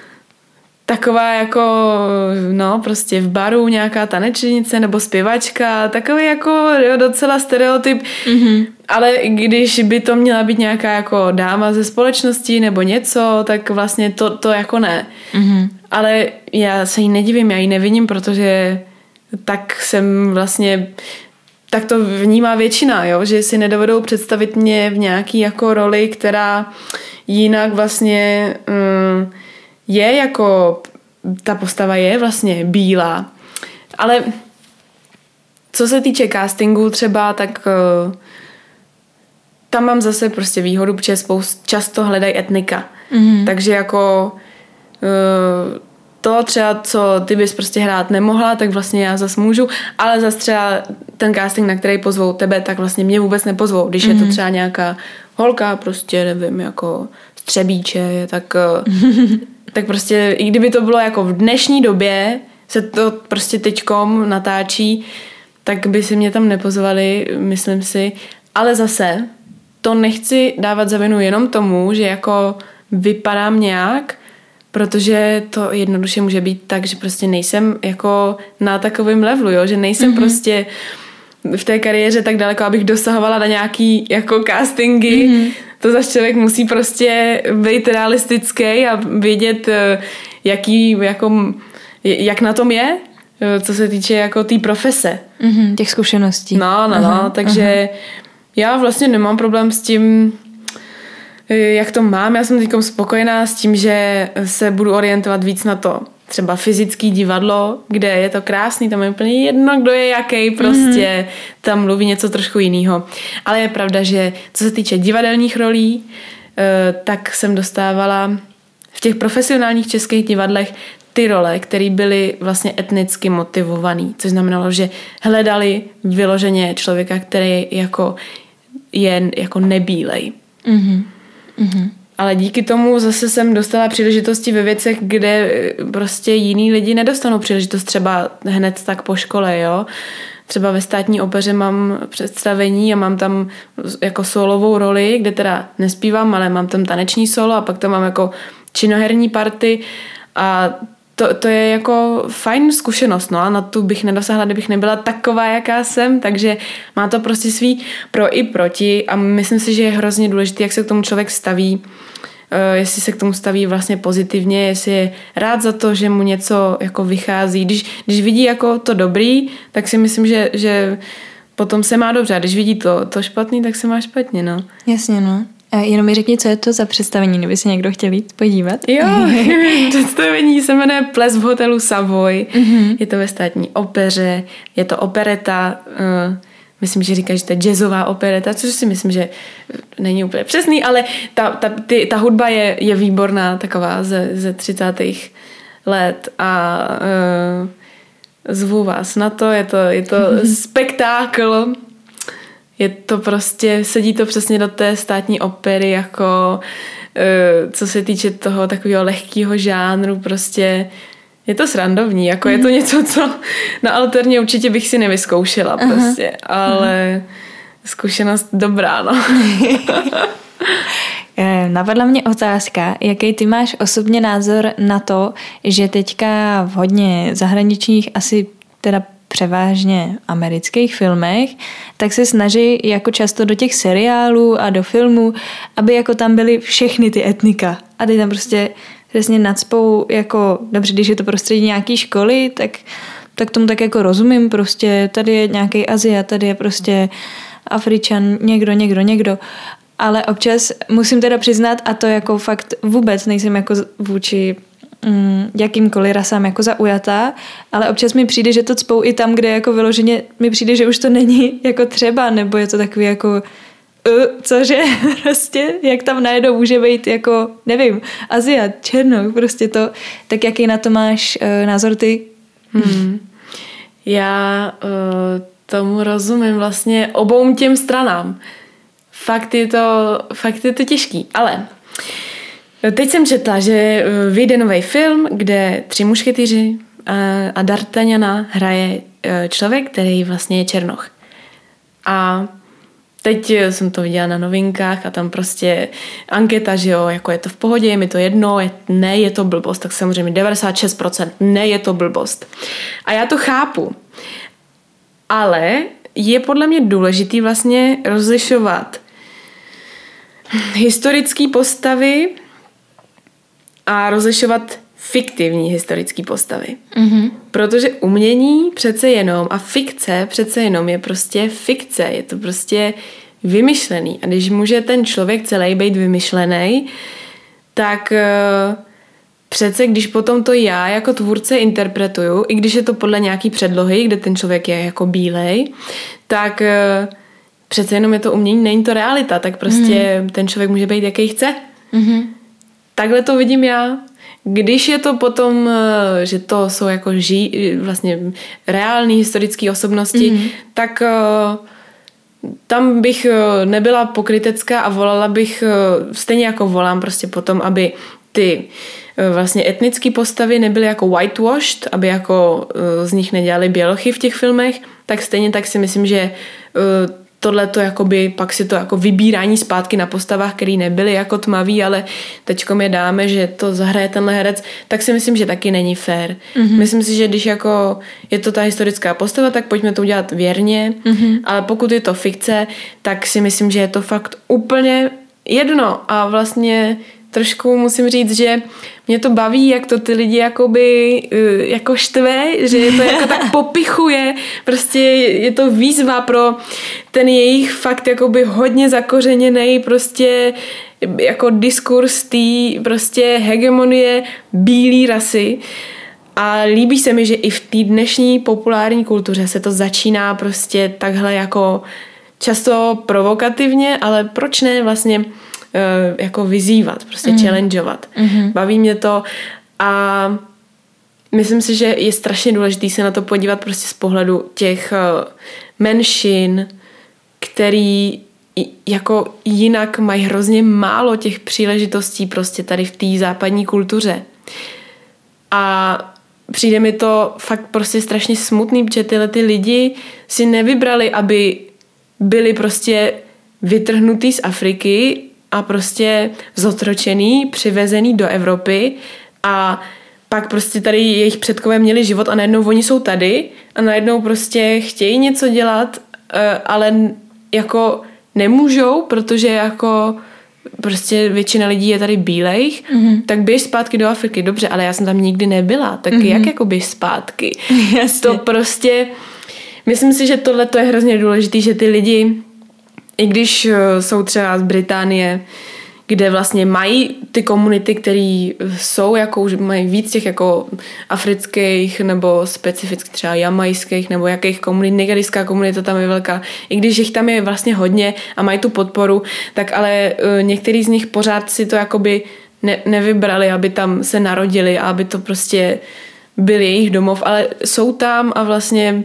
taková jako, no prostě v baru nějaká tanečnice nebo zpěvačka, takový jako jo, docela stereotyp, mm-hmm. ale když by to měla být nějaká jako dáma ze společnosti nebo něco, tak vlastně to, to jako ne. Mm-hmm. Ale já se jí nedivím, já jí neviním, protože tak jsem vlastně, tak to vnímá většina, jo, že si nedovedou představit mě v nějaký jako roli, která jinak vlastně mm, je jako, ta postava je vlastně bílá. Ale co se týče castingu třeba, tak uh, tam mám zase prostě výhodu, protože spoust často hledají etnika. Mm-hmm. Takže jako uh, to třeba, co ty bys prostě hrát nemohla, tak vlastně já zas můžu, ale zas třeba ten casting, na který pozvou tebe, tak vlastně mě vůbec nepozvou. Když mm-hmm. je to třeba nějaká holka, prostě nevím, jako střebíče, tak, tak prostě i kdyby to bylo jako v dnešní době, se to prostě teďkom natáčí, tak by si mě tam nepozvali, myslím si. Ale zase to nechci dávat za vinu jenom tomu, že jako vypadám nějak, protože to jednoduše může být tak, že prostě nejsem jako na takovém levelu, jo? Že nejsem mm-hmm. prostě v té kariéře tak daleko, abych dosahovala na nějaký jako castingy. Mm-hmm. To zase člověk musí prostě být realistický a vědět, jaký, jako, jak na tom je, co se týče jako té profese. Mm-hmm, těch zkušeností. No, no, no, uh-huh, takže uh-huh. já vlastně nemám problém s tím, jak to mám. Já jsem teď spokojená s tím, že se budu orientovat víc na to třeba fyzický divadlo, kde je to krásný, tam je úplně jedno, kdo je jaký, prostě mm-hmm. tam mluví něco trošku jiného. Ale je pravda, že co se týče divadelních rolí, tak jsem dostávala v těch profesionálních českých divadlech ty role, které byly vlastně etnicky motivovaný, což znamenalo, že hledali vyloženě člověka, který jako je jako nebílej. Mhm. Mhm. Ale díky tomu zase jsem dostala příležitosti ve věcech, kde prostě jiný lidi nedostanou příležitost třeba hned tak po škole, jo. Třeba ve Státní opeře mám představení a mám tam jako solovou roli, kde teda nespívám, ale mám tam taneční solo a pak tam mám jako činoherní party a to, to je jako fajn zkušenost, no a na tu bych nedosáhla, kdybych nebyla taková, jaká jsem, takže má to prostě svý pro i proti a myslím si, že je hrozně důležité, jak se k tomu člověk staví, jestli se k tomu staví vlastně pozitivně, jestli je rád za to, že mu něco jako vychází. Když, když vidí jako to dobrý, tak si myslím, že, že potom se má dobře a když vidí to, to špatný, tak se má špatně, no. Jasně, no. A jenom mi řekni, co je to za představení, kdyby se někdo chtěl jít podívat. Jo, představení se jmenuje Ples v hotelu Savoy. Mm-hmm. Je to ve Státní opeře, je to opereta, uh, myslím, že říkáš, že to je jazzová opereta, což si myslím, že není úplně přesný, ale ta, ta, ty, ta hudba je, je výborná, taková ze, ze třicátých let a uh, zvu vás na to, je to, je to spektákl. Je to prostě, sedí to přesně do té Státní opery, jako co se týče toho takového lehkého žánru, prostě je to srandovní, jako mm. je to něco, co na alterně určitě bych si nevyzkoušela prostě, aha. ale aha. zkušenost dobrá, no. Napadla mě otázka, jaký ty máš osobně názor na to, že teďka v hodně zahraničních, asi teda převážně amerických filmech, tak se snaží jako často do těch seriálů a do filmů, aby jako tam byly všechny ty etnika. A ty tam prostě přesně nacpou jako, dobře, když je to prostředí nějaký školy, tak, tak tomu tak jako rozumím, prostě tady je nějaký Aziat, tady je prostě Afričan, někdo, někdo, někdo. Ale občas musím teda přiznat, a to jako fakt vůbec nejsem jako vůči Mm, jakýmkoliv rasám jako zaujatá, ale občas mi přijde, že to cpou i tam, kde jako vyloženě mi přijde, že už to není jako třeba, nebo je to takový jako uh, cože, prostě, jak tam najednou může být jako, nevím, Aziat, Černoch, prostě to, tak jaký na to máš uh, názor ty? Hmm. Já uh, tomu rozumím vlastně obou těm stranám. Fakt je to, fakt je to těžký, ale teď jsem četla, že vyjde nový film, kde tři mušketýři a D'Artagnana hraje člověk, který vlastně je Černoch. A teď jsem to viděla na novinkách a tam prostě anketa, že jo, jako je to v pohodě, je mi to jedno, je, ne, je to blbost, tak samozřejmě devadesát šest procent ne, je to blbost. A já to chápu. Ale je podle mě důležitý vlastně rozlišovat historické postavy a rozlišovat fiktivní historické postavy. Mm-hmm. Protože umění přece jenom a fikce přece jenom je prostě fikce. Je to prostě vymyšlený. A když může ten člověk celý být vymyšlený, tak uh, přece když potom to já jako tvůrce interpretuju, i když je to podle nějaký předlohy, kde ten člověk je jako bílej, tak uh, přece jenom je to umění, není to realita. Tak prostě mm-hmm. ten člověk může být jaký chce. Mm-hmm. Takhle to vidím já. když je to potom, že to jsou jako ži, vlastně reální historické osobnosti, mm-hmm. tak tam bych nebyla pokrytecká a volala bych, stejně jako volám prostě potom, aby ty vlastně etnické postavy nebyly jako whitewashed, aby jako z nich nedělali bělochy v těch filmech, tak stejně tak si myslím, že tohleto jakoby, pak si to jako vybírání zpátky na postavách, které nebyly jako tmavý, ale teďkom je dáme, že to zahraje tenhle herec, tak si myslím, že taky není fair. Mm-hmm. Myslím si, že když jako je to ta historická postava, tak pojďme to udělat věrně, mm-hmm. ale pokud je to fikce, tak si myslím, že je to fakt úplně jedno a vlastně trošku musím říct, že mě to baví, jak to ty lidi jakoby jako štve, že je to jako tak popichuje, prostě je to výzva pro ten jejich fakt jakoby hodně zakořeněnej prostě jako diskurs té prostě hegemonie bílé rasy a líbí se mi, že i v té dnešní populární kultuře se to začíná prostě takhle jako často provokativně, ale proč ne vlastně jako vyzývat, prostě mm. challengeovat. Mm-hmm. Baví mě to a myslím si, že je strašně důležité se na to podívat prostě z pohledu těch menšin, který jako jinak mají hrozně málo těch příležitostí prostě tady v té západní kultuře. A přijde mi to fakt prostě strašně smutný, protože tyhle ty lidi si nevybrali, aby byli prostě vytrhnutý z Afriky a prostě zotročený, přivezený do Evropy a pak prostě tady jejich předkové měli život a najednou oni jsou tady a najednou prostě chtějí něco dělat, ale jako nemůžou, protože jako prostě většina lidí je tady bílejch, mm-hmm. tak běž zpátky do Afriky, dobře, ale já jsem tam nikdy nebyla, tak mm-hmm. jak jako běž zpátky? Jasně. To prostě, myslím si, že tohle to je hrozně důležité, že ty lidi i když jsou třeba z Británie, kde vlastně mají ty komunity, které jsou, jako už mají víc těch jako afrických nebo specificky třeba jamajských nebo jakých komunit, nigerijská komunita tam je velká, i když jich tam je vlastně hodně a mají tu podporu, tak ale některý z nich pořád si to jakoby ne, nevybrali, aby tam se narodili a aby to prostě byl jejich domov, ale jsou tam a vlastně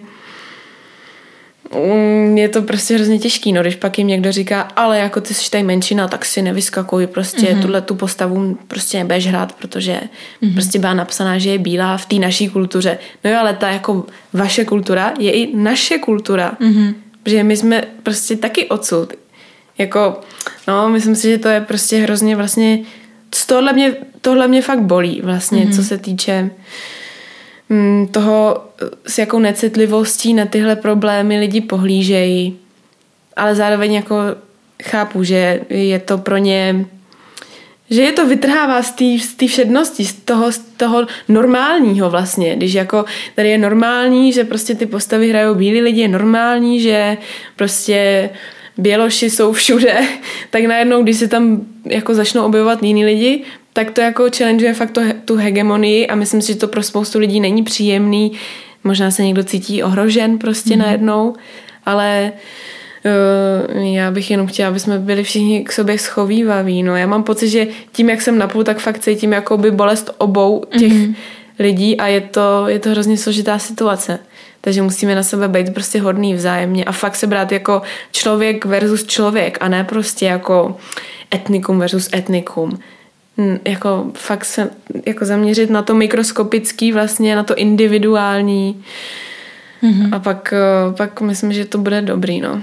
je to prostě hrozně těžký, no, když pak jim někdo říká, ale jako ty jsi tady menšina, tak si nevyskakuj, prostě mm-hmm. tuhle tu postavu prostě nebudeš hrát, protože mm-hmm. prostě byla napsaná, že je bílá v té naší kultuře. No jo, ale ta jako vaše kultura je i naše kultura, mm-hmm. protože my jsme prostě taky odsud. Jako, no, myslím si, že to je prostě hrozně vlastně, tohle mě, tohle mě fakt bolí vlastně, mm-hmm. co se týče toho, s jakou necitlivostí na tyhle problémy lidi pohlížejí, ale zároveň jako chápu, že je to pro ně, že je to vytrhává z té z té všednosti, z toho, z toho normálního vlastně, když jako tady je normální, že prostě ty postavy hrajou bílí lidi, je normální, že prostě běloši jsou všude, tak najednou, když se tam jako začnou objevovat jiní lidi, tak to jako challengeuje fakt to, tu hegemonii a myslím si, že to pro spoustu lidí není příjemný. Možná se někdo cítí ohrožen prostě mm. najednou, ale uh, já bych jenom chtěla, aby jsme byli všichni k sobě schovývaví. No, já mám pocit, že tím, jak jsem napůl, tak fakt cítím jakoby bolest obou těch mm. lidí a je to, je to hrozně složitá situace. Takže musíme na sebe být prostě hodný vzájemně a fakt se brát jako člověk versus člověk a ne prostě jako etnikum versus etnikum. Jako fakt se jako zaměřit na to mikroskopický vlastně, na to individuální mm-hmm. a pak, pak myslím, že to bude dobrý, no.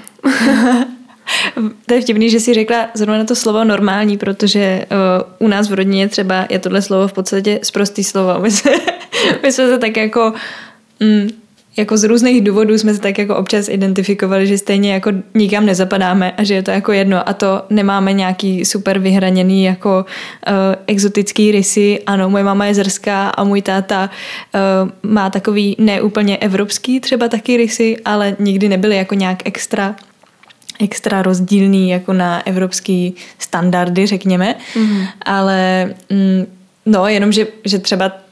To je vtipný, že jsi řekla zrovna na to slovo normální, protože uh, u nás v rodině třeba je tohle slovo v podstatě sprostý slovo. My jsme, my jsme se tak jako mm, jako z různých důvodů jsme se tak jako občas identifikovali, že stejně jako nikam nezapadáme a že je to jako jedno a to nemáme nějaký super vyhraněný jako uh, exotický rysy. Ano, moje máma je zrská a můj táta uh, má takový neúplně evropský třeba taky rysy, ale nikdy nebyly jako nějak extra extra rozdílný jako na evropský standardy, řekněme. Mm. Ale mm, no, jenom, že, že třeba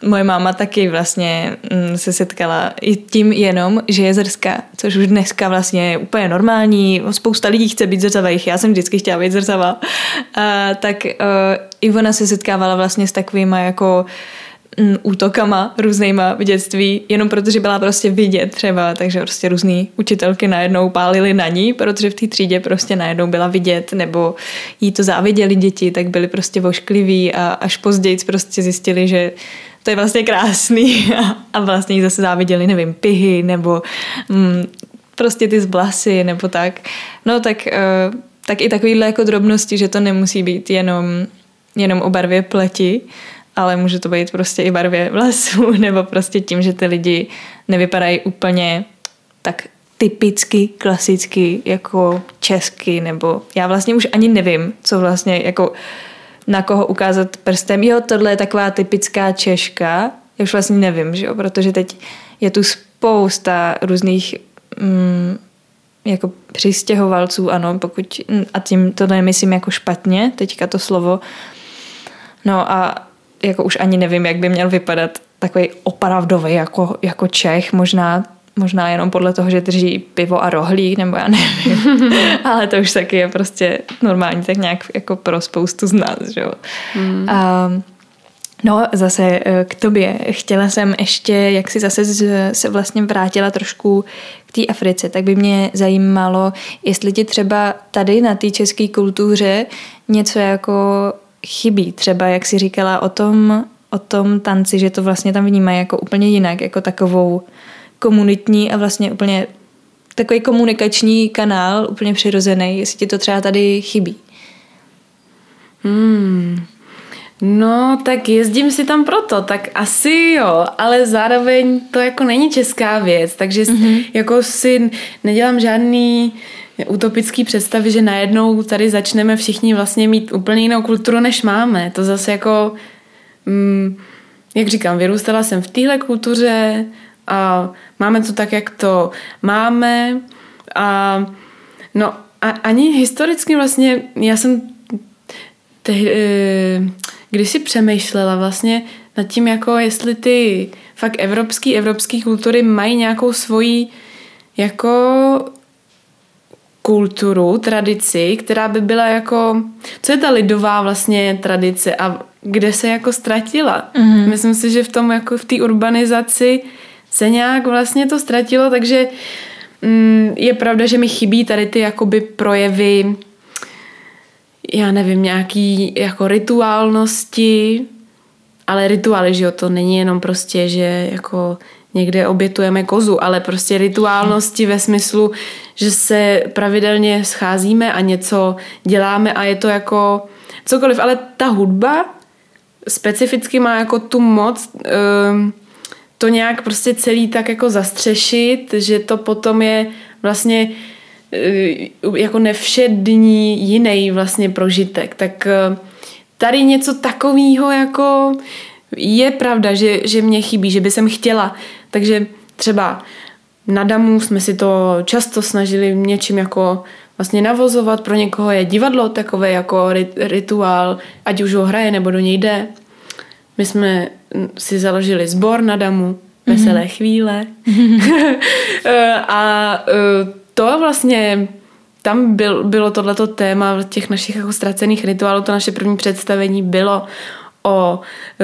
moje máma taky vlastně se setkala i tím jenom, že je zrská, což už dneska vlastně je úplně normální. Spousta lidí chce být zrcavých, já jsem vždycky chtěla být zrcavá. A, tak uh, i ona se setkávala vlastně s takovýma jako um, útokama různýma v dětství, jenom protože byla prostě vidět třeba, takže prostě různý učitelky najednou pálily na ní, protože v té třídě prostě najednou byla vidět, nebo jí to záviděli děti, tak byli prostě voškliví a až později prostě zjistili, že to je vlastně krásný a vlastně jí zase záviděli, nevím, pihy nebo mm, prostě ty zblasy nebo tak. No tak, uh, tak i takovýhle jako drobnosti, že to nemusí být jenom, jenom o barvě pleti, ale může to být prostě i barvě vlasů nebo prostě tím, že ty lidi nevypadají úplně tak typicky, klasicky jako česky, nebo já vlastně už ani nevím, co vlastně jako na koho ukázat prstem. Jo, tohle je taková typická Češka. Já už vlastně nevím, že jo, protože teď je tu spousta různých mm, jako přistěhovalců, ano, pokud, a tím to nemyslím jako špatně, teďka to slovo. No a jako už ani nevím, jak by měl vypadat takový opravdový jako, jako Čech, možná Možná jenom podle toho, že drží pivo a rohlík, nebo já nevím. Ale to už taky je prostě normální, tak nějak jako pro spoustu z nás. Že? Mm. A, no zase k tobě. Chtěla jsem ještě, jak si zase z, se vlastně vrátila trošku k té Africe, tak by mě zajímalo, jestli ti třeba tady na té české kultuře něco jako chybí. Třeba jak jsi říkala o tom, o tom tanci, že to vlastně tam vnímají jako úplně jinak, jako takovou komunitní a vlastně úplně takový komunikační kanál, úplně přirozený, jestli ti to třeba tady chybí. Hmm. No, tak jezdím si tam proto, tak asi jo, ale zároveň to jako není česká věc, takže mm-hmm. jako si nedělám žádný utopický představy, že najednou tady začneme všichni vlastně mít úplně jinou kulturu, než máme. To zase jako, mm, jak říkám, vyrůstala jsem v téhle kultuře, a máme to tak, jak to máme a no a ani historicky vlastně já jsem te, když si přemýšlela vlastně nad tím, jako jestli ty fakt evropský, evropský kultury mají nějakou svoji jako kulturu, tradici, která by byla jako, co je ta lidová vlastně tradice a kde se jako ztratila. Mm-hmm. Myslím si, že v tom jako v té urbanizaci se nějak vlastně to ztratilo, takže mm, je pravda, že mi chybí tady ty jakoby projevy, já nevím, nějaký jako rituálnosti, ale rituály, že jo, to není jenom prostě, že jako někde obětujeme kozu, ale prostě rituálnosti ve smyslu, že se pravidelně scházíme a něco děláme a je to jako cokoliv, ale ta hudba specificky má jako tu moc um, to nějak prostě celý tak jako zastřešit, že to potom je vlastně jako nevšední jiný vlastně prožitek. Tak tady něco takového jako je pravda, že, že mě chybí, že by jsem chtěla. Takže třeba na Damu jsme si to často snažili něčím jako vlastně navozovat. Pro někoho je divadlo takové jako rituál, ať už ho hraje nebo do něj jde. My jsme si založili sbor na Damu, veselé mm-hmm. chvíle. A to vlastně, tam byl, bylo tohleto téma těch našich jako ztracených rituálů, to naše první představení bylo o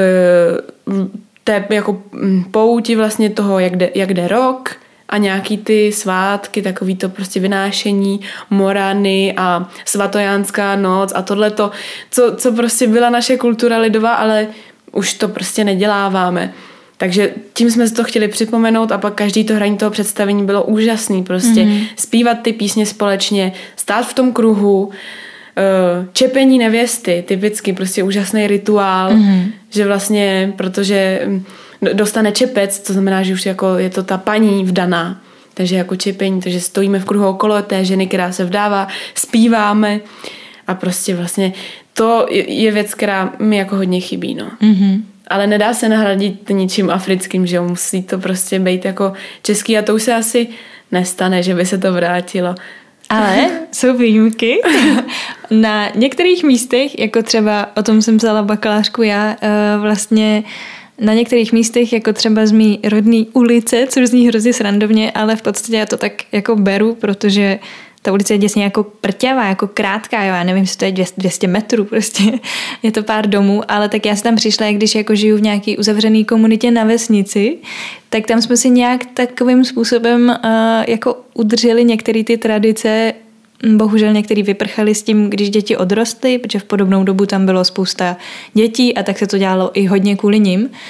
té jako pouti vlastně toho, jak jde, jak jde rok a nějaký ty svátky, takový to prostě vynášení morany a svatojánská noc a tohleto, co, co prostě byla naše kultura lidová, ale už to prostě neděláváme. Takže tím jsme si to chtěli připomenout a pak každý to hraní toho představení bylo úžasný. Prostě mm-hmm. zpívat ty písně společně, stát v tom kruhu, čepení nevěsty, typicky prostě úžasný rituál, mm-hmm. že vlastně, protože dostane čepec, to znamená, že už jako je to ta paní vdaná, takže jako čepení, takže stojíme v kruhu okolo té ženy, která se vdává, zpíváme a prostě vlastně to je věc, která mi jako hodně chybí, no. Mm-hmm. Ale nedá se nahradit ničím africkým, že musí to prostě být jako český a to už se asi nestane, že by se to vrátilo. Ale jsou výjimky. Na některých místech, jako třeba o tom jsem vzala bakalářku já, vlastně na některých místech, jako třeba z mý rodný ulice, což zní hrozně srandovně, ale v podstatě já to tak jako beru, protože ta ulice je děsně jako prťavá, jako krátká, jo, já nevím, jestli to je dvě stě metrů, prostě je to pár domů, ale tak já jsem tam přišla, když jako žiju v nějaký uzavřený komunitě na vesnici, tak tam jsme si nějak takovým způsobem uh, jako udrželi některé ty tradice. Bohužel některý vyprchali s tím, když děti odrostly, protože v podobnou dobu tam bylo spousta dětí a tak se to dělalo i hodně kvůli nim. Uh,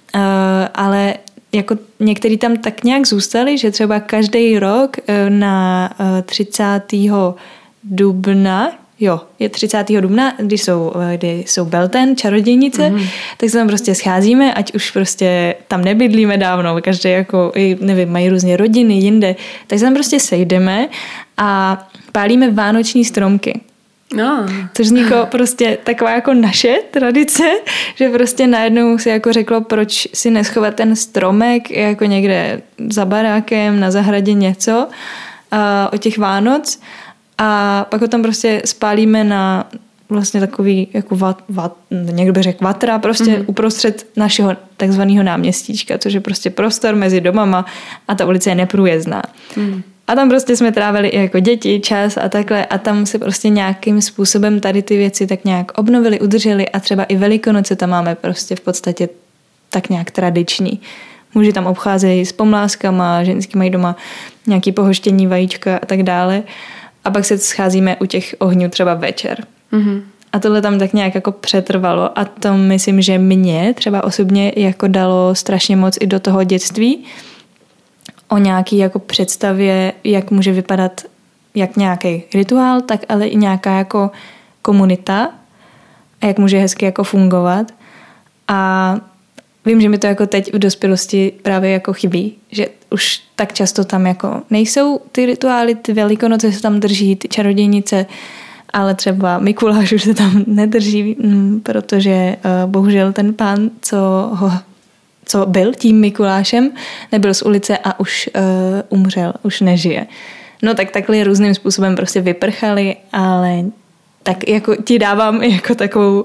ale jako některý tam tak nějak zůstali, že třeba každý rok na třicátého dubna, jo, je třicátého dubna, kdy jsou, kdy jsou Belten, čarodějnice, mm-hmm. tak se tam prostě scházíme, ať už prostě tam nebydlíme dávno, každý jako, nevím, mají různě rodiny jinde, tak se tam prostě sejdeme a pálíme vánoční stromky. No. Což vzniklo prostě taková jako naše tradice, že prostě najednou si jako řeklo, proč si neschovat ten stromek jako někde za barákem, na zahradě něco uh, o těch Vánoc a pak ho tam prostě spálíme na vlastně takový jako vat, vat, někdo by řekl vatra, prostě mm-hmm. uprostřed našeho takzvaného náměstíčka, což je prostě prostor mezi domama a ta ulice je neprůjezdná. Mm. A tam prostě jsme trávili i jako děti čas a takhle a tam se prostě nějakým způsobem tady ty věci tak nějak obnovili, udrželi a třeba i Velikonoce tam máme prostě v podstatě tak nějak tradiční. Muži tam obcházejí s pomlázkama, ženský mají doma nějaký pohoštění, vajíčka a tak dále a pak se scházíme u těch ohňů třeba večer. Mm-hmm. A tohle tam tak nějak jako přetrvalo a to myslím, že mě třeba osobně jako dalo strašně moc i do toho dětství, o nějaký jako představě, jak může vypadat jak nějaký rituál, tak ale i nějaká jako komunita a jak může hezky jako fungovat. A vím, že mi to jako teď v dospělosti právě jako chybí, že už tak často tam jako nejsou ty rituály, ty Velikonoce se tam drží, ty čarodějnice, ale třeba Mikuláš už se tam nedrží, protože bohužel ten pán, co ho co byl tím Mikulášem, nebyl z ulice a už uh, umřel, už nežije. No tak takhle různým způsobem prostě vyprchali, ale tak jako ti dávám jako takovou uh,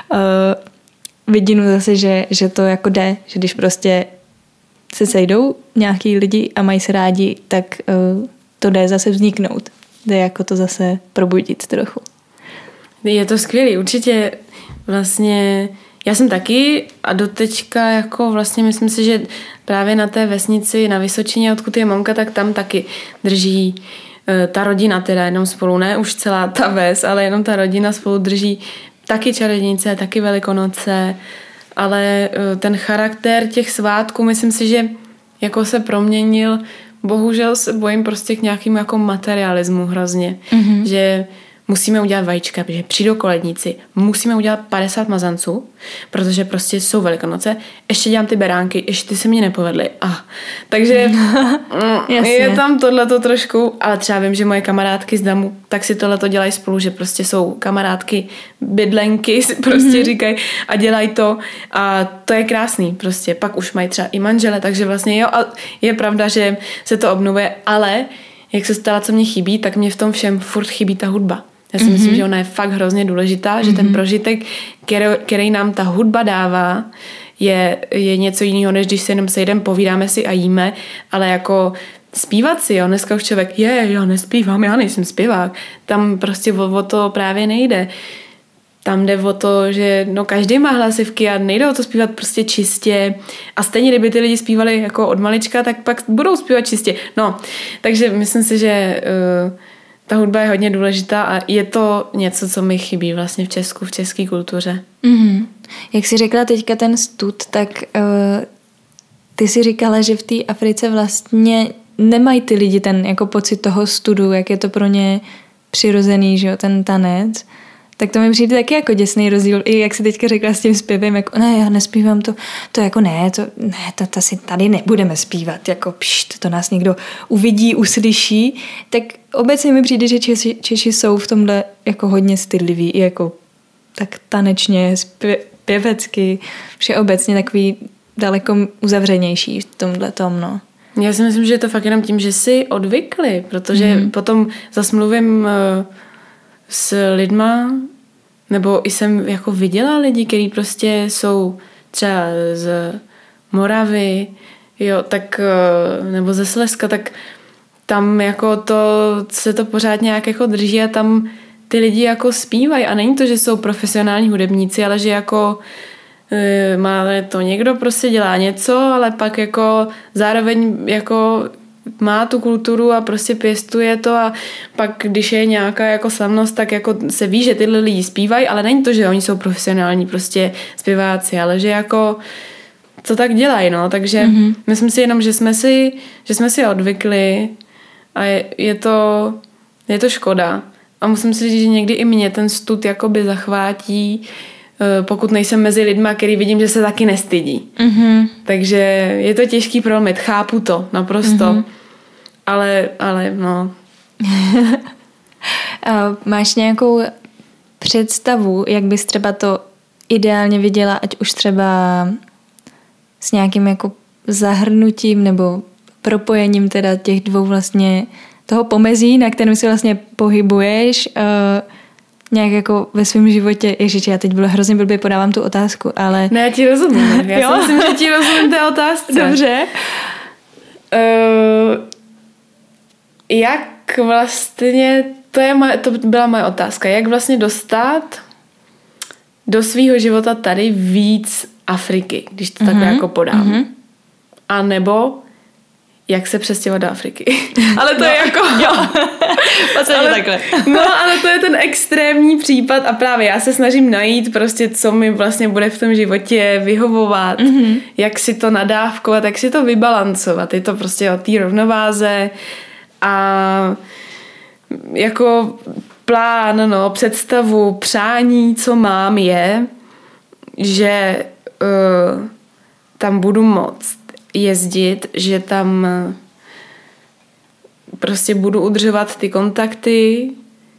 vidinu zase, že, že to jako jde, že když prostě se sejdou nějaký lidi a mají se rádi, tak uh, to jde zase vzniknout. Jde jako to zase probudit trochu. Je to skvělý, určitě vlastně já jsem taky a doteďka jako vlastně myslím si, že právě na té vesnici na Vysočině, odkud je mamka, tak tam taky drží e, ta rodina teda jenom spolu, ne už celá ta ves, ale jenom ta rodina spolu drží taky čarodějnice, taky Velikonoce, ale e, ten charakter těch svátků myslím si, že jako se proměnil, bohužel se bojím prostě k nějakým jako materialismu hrozně, mm-hmm. že musíme udělat vajíčka, protože přijdou koledníci, musíme udělat padesát mazanců, protože prostě jsou Velikonoce, ještě dělám ty beránky, ještě ty se mě nepovedly. Ah. Takže je tam tohleto trošku, ale třeba vím, že moje kamarádky z Damu, tak si tohleto dělají spolu, že prostě jsou kamarádky, bydlenky, si prostě mm-hmm. říkají a dělají to a to je krásný prostě. Pak už mají třeba i manžele, takže vlastně jo, a je pravda, že se to obnovuje, ale jak se stala, co mě chybí, tak mě v tom všem furt chybí ta hudba. Já si mm-hmm. myslím, že ona je fakt hrozně důležitá, že mm-hmm. ten prožitek, který, který nám ta hudba dává, je, je něco jiného, než když se jenom sejdeme, povídáme si a jíme, ale jako zpívat si, jo, dneska už člověk, je, já nespívám, já nejsem zpěvák, tam prostě o, o to právě nejde. Tam jde o to, že no každý má hlasivky a nejde o to zpívat prostě čistě a stejně, kdyby ty lidi zpívali jako od malička, tak pak budou zpívat čistě. No, takže myslím si, že uh, ta hudba je hodně důležitá a je to něco, co mi chybí vlastně v Česku, v české kultuře. Mm-hmm. Jak jsi řekla teďka ten stud, tak uh, ty jsi říkala, že v té Africe vlastně nemají ty lidi ten jako pocit toho studu, jak je to pro ně přirozený, že jo, ten tanec. Tak to mi přijde taky jako děsný rozdíl. I jak jsi teďka řekla s tím zpěvem, jako ne, já nespívám to, to jako ne, to, ne, to, to si tady nebudeme zpívat, jako pšt, to nás někdo uvidí, uslyší. Tak obecně mi přijde, že Češi, Češi jsou v tomhle jako hodně stydliví, i jako tak tanečně, zpěvecky, všeobecně takový daleko uzavřenější v tomhle tom, no. Já si myslím, že je to fakt jenom tím, že si odvykli, protože mm. potom zase mluvím s lidma, nebo i jsem jako viděla lidi, kteří prostě jsou třeba z Moravy, jo, tak nebo ze Slezska, tak tam jako to se to pořád nějak jako drží a tam ty lidi jako zpívají a není to, že jsou profesionální hudebníci, ale že jako má to někdo prostě dělá něco, ale pak jako zároveň jako má tu kulturu a prostě pěstuje to a pak když je nějaká jako slavnost, tak jako se ví, že tyhle lidi zpívají, ale není to, že oni jsou profesionální prostě zpěváci, ale že jako to tak dělají, no, takže mm-hmm. myslím si jenom, že jsme si, že jsme si odvykli a je, je to je to škoda a musím si říct, že někdy i mě ten stud jakoby zachvátí, pokud nejsem mezi lidma, který vidím, že se taky nestydí. Mm-hmm. Takže je to těžký prolomit, chápu to naprosto, mm-hmm. ale, ale no. Máš nějakou představu, jak bys třeba to ideálně viděla, ať už třeba s nějakým jako zahrnutím nebo propojením teda těch dvou vlastně toho pomezí, na kterém si vlastně pohybuješ, uh, nějak jako ve svém životě. Ježiš, já teď bylo hrozně blbě, podávám tu otázku, ale... Ne, já ti rozumím. Já si myslím, že ti rozumím té otázce. Dobře. Uh, jak vlastně, to, je moje, to byla moje otázka, jak vlastně dostat do svýho života tady víc Afriky, když to mm-hmm. takhle jako podám. Mm-hmm. A nebo jak se přestěhovat do Afriky. Ale to no, je jako... Jo, ale, takhle. No, ale to je ten extrémní případ a právě já se snažím najít prostě, co mi vlastně bude v tom životě vyhovovat, mm-hmm. jak si to nadávkovat, jak si to vybalancovat. Je to prostě o té rovnováze a jako plán, no, představu, přání, co mám je, že uh, tam budu moct jezdit, že tam prostě budu udržovat ty kontakty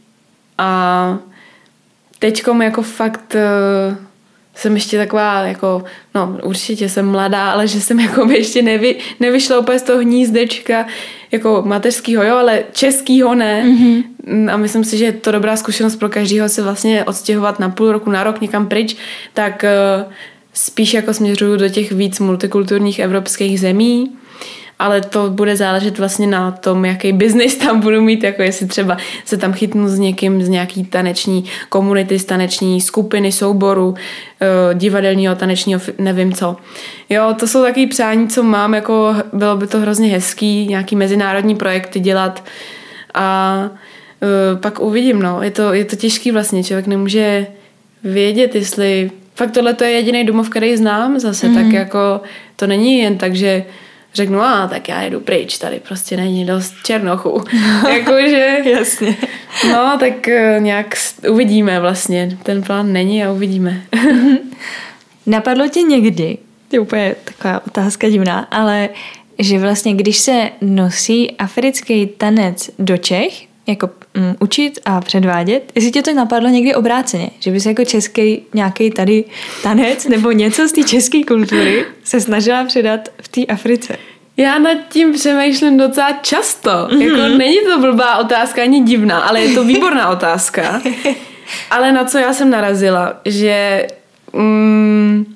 a teďkom jako fakt jsem ještě taková jako, no určitě jsem mladá, ale že jsem jako ještě nevy, nevyšla úplně z toho hnízdečka jako mateřskýho, jo, ale českýho ne. Mm-hmm. A myslím si, že je to dobrá zkušenost pro každýho se vlastně odstěhovat na půl roku, na rok někam pryč, tak spíš jako směřuju do těch víc multikulturních evropských zemí, ale to bude záležet vlastně na tom, jaký biznis tam budu mít, jako jestli třeba se tam chytnu s někým z nějaký taneční komunity, z taneční skupiny, souboru, divadelního, tanečního, nevím co. Jo, to jsou takový přání, co mám, jako bylo by to hrozně hezký, nějaký mezinárodní projekty dělat a pak uvidím, no. Je to, je to těžký vlastně, člověk nemůže vědět, jestli fakt tohle to je jediný domov, který znám zase, mm. tak jako to není jen tak, že řeknu, a tak já jedu pryč, tady prostě není dost černochů. Jakože, jasně. No, tak nějak uvidíme vlastně. Ten plán není a uvidíme. Napadlo ti někdy, to je úplně taková otázka divná, ale že vlastně, když se nosí africký tanec do Čech, jako um, učit a předvádět, jestli tě to napadlo někdy obráceně, že bys jako český nějaký tady tanec nebo něco z té české kultury se snažila předat v té Africe? Já nad tím přemýšlím docela často. Mm-hmm. Jako není to blbá otázka, ani divná, ale je to výborná otázka. Ale na co já jsem narazila, že mm,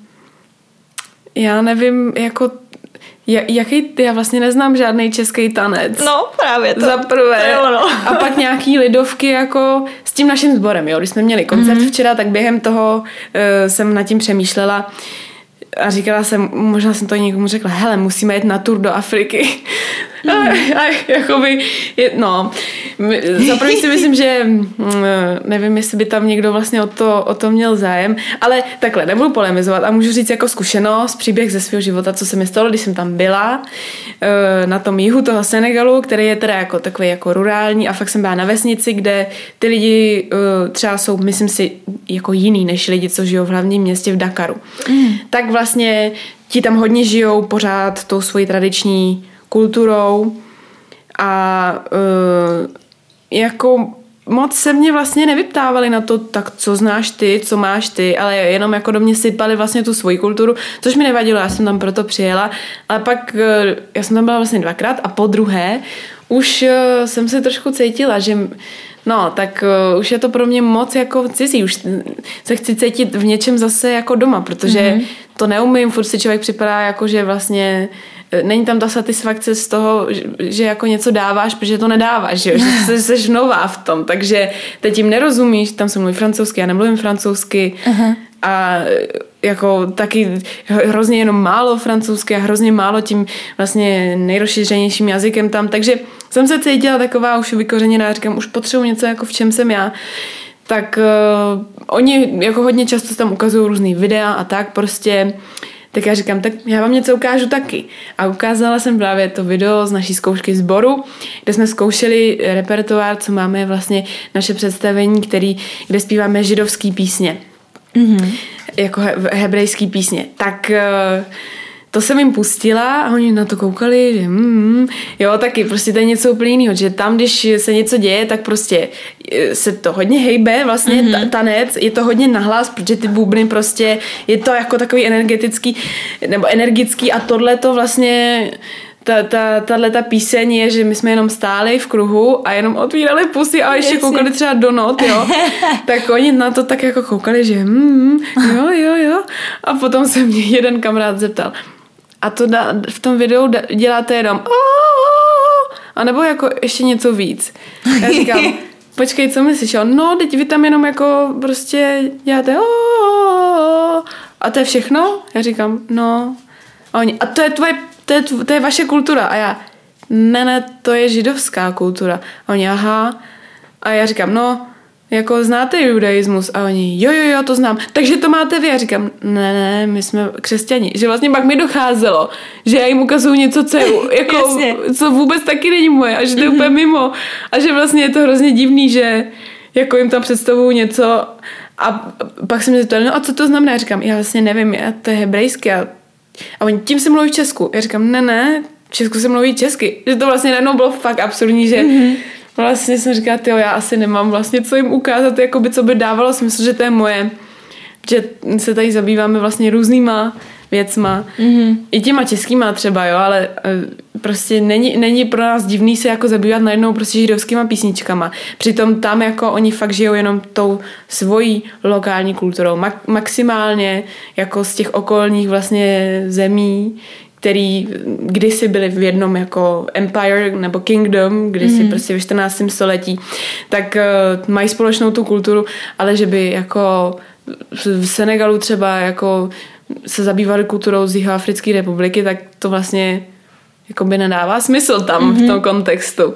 já nevím, jako jaký, já vlastně neznám žádný český tanec. No, právě to. Za prvé. To je ono. A pak nějaký lidovky jako s tím naším sborem, jo. Když jsme měli koncert mm-hmm. včera, tak během toho uh, jsem nad tím přemýšlela a říkala jsem, možná jsem to někomu řekla, hele, musíme jít na tour do Afriky. Mm. A, a jakoby, je, no, za první si myslím, že nevím, jestli by tam někdo vlastně o to, o to měl zájem, ale takhle, nebudu polemizovat a můžu říct jako zkušenost, příběh ze svého života, co se mi stalo, když jsem tam byla na tom jihu toho Senegalu, který je teda jako takový jako rurální a fakt jsem byla na vesnici, kde ty lidi třeba jsou, myslím si, jako jiný než lidi, co žijou v hlavním městě v Dakaru. Mm. Tak vlastně ti tam hodně žijou pořád tou svojí tradiční kulturou a uh, jako moc se mě vlastně nevyptávali na to, tak co znáš ty, co máš ty, ale jenom jako do mě sypali vlastně tu svoji kulturu, což mi nevadilo, já jsem tam proto přijela, ale pak uh, já jsem tam byla vlastně dvakrát a po druhé už uh, jsem se trošku cítila, že no, tak uh, už je to pro mě moc jako cizí, už se chci cítit v něčem zase jako doma, protože mm-hmm. to neumím, furt si člověk připadá jako, že vlastně není tam ta satisfakce z toho, že jako něco dáváš, protože to nedáváš, že, že jsi nová v tom, takže teď jim nerozumíš, tam se mluví francouzsky, já nemluvím francouzsky uh-huh. a jako taky hrozně jenom málo francouzsky a hrozně málo tím vlastně nejrozšířenějším jazykem tam, takže jsem se cítila taková už vykořeněná, říkám, už potřebuji něco, jako v čem jsem já. Tak uh, oni jako hodně často tam ukazují různý videa a tak prostě, tak já říkám, tak já vám něco ukážu taky. A ukázala jsem právě to video z naší zkoušky sboru, kde jsme zkoušeli repertoár, co máme vlastně naše představení, který, kde zpíváme židovský písně. Mm-hmm. Jako he, hebrejský písně. Tak uh, to jsem jim pustila a oni na to koukali, že mm, jo, taky prostě to je něco úplně jiného, že tam, když se něco děje, tak prostě se to hodně hejbe, vlastně mm-hmm. tanec, je to hodně nahlas, protože ty bubny prostě, je to jako takový energetický, nebo energický a tohle to vlastně, ta, ta, tato píseň je, že my jsme jenom stáli v kruhu a jenom otvírali pusy a ještě koukali třeba do not, jo. Tak oni na to tak jako koukali, že mm, jo, jo, jo. A potom se mě jeden kamarád zeptal, a to da, v tom videu da, děláte jenom a nebo jako ještě něco víc. Já říkám, počkej, co myslíš? No, teď vy tam jenom jako prostě děláte a to je všechno? Já říkám, no. A oni, a to je tvoje, to je, to je vaše kultura. A já, ne, ne, to je židovská kultura. A oni, aha. A já říkám, no, jako znáte judaismus? A oni, jo, jo, jo, to znám. Takže to máte vy. Já říkám, ne, ne, my jsme křesťani. Že vlastně pak mi docházelo, že já jim ukazuju něco, co, je, jako, co vůbec taky není moje a že to je úplně mimo. A že vlastně je to hrozně divný, že jako jim tam představuju něco a pak jsem mi zeptali, no a co to znamená? Já říkám, já vlastně nevím, já, to je hebrejsky. A, a oni, tím se mluví v Česku. Já říkám, ne, ne, v Česku se mluví česky. Že to vlastně najednou bylo fakt absurdní, že mm-hmm. vlastně jsem říkala, tyjo, já asi nemám vlastně co jim ukázat, jakoby, co by dávalo smysl, že to je moje. Že se tady zabýváme vlastně různýma věcma. Mm-hmm. I těma českýma třeba, jo, ale prostě není, není pro nás divný se jako zabývat najednou prostě židovskýma písničkama. Přitom tam jako oni fakt žijou jenom tou svojí lokální kulturou. Ma- maximálně jako z těch okolních vlastně zemí, který kdysi byli v jednom jako empire nebo kingdom, kdysi mm. prostě ve čtrnáctém století, tak uh, mají společnou tu kulturu, ale že by jako v Senegalu třeba jako se zabývali kulturou z Jihoafrické republiky, tak to vlastně jako by nedává smysl tam mm-hmm. v tom kontextu.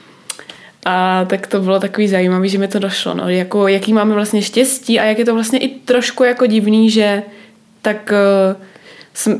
A tak to bylo takový zajímavý, že mi to došlo. No. Jako, jaký máme vlastně štěstí a jak je to vlastně i trošku jako divný, že tak uh, jsme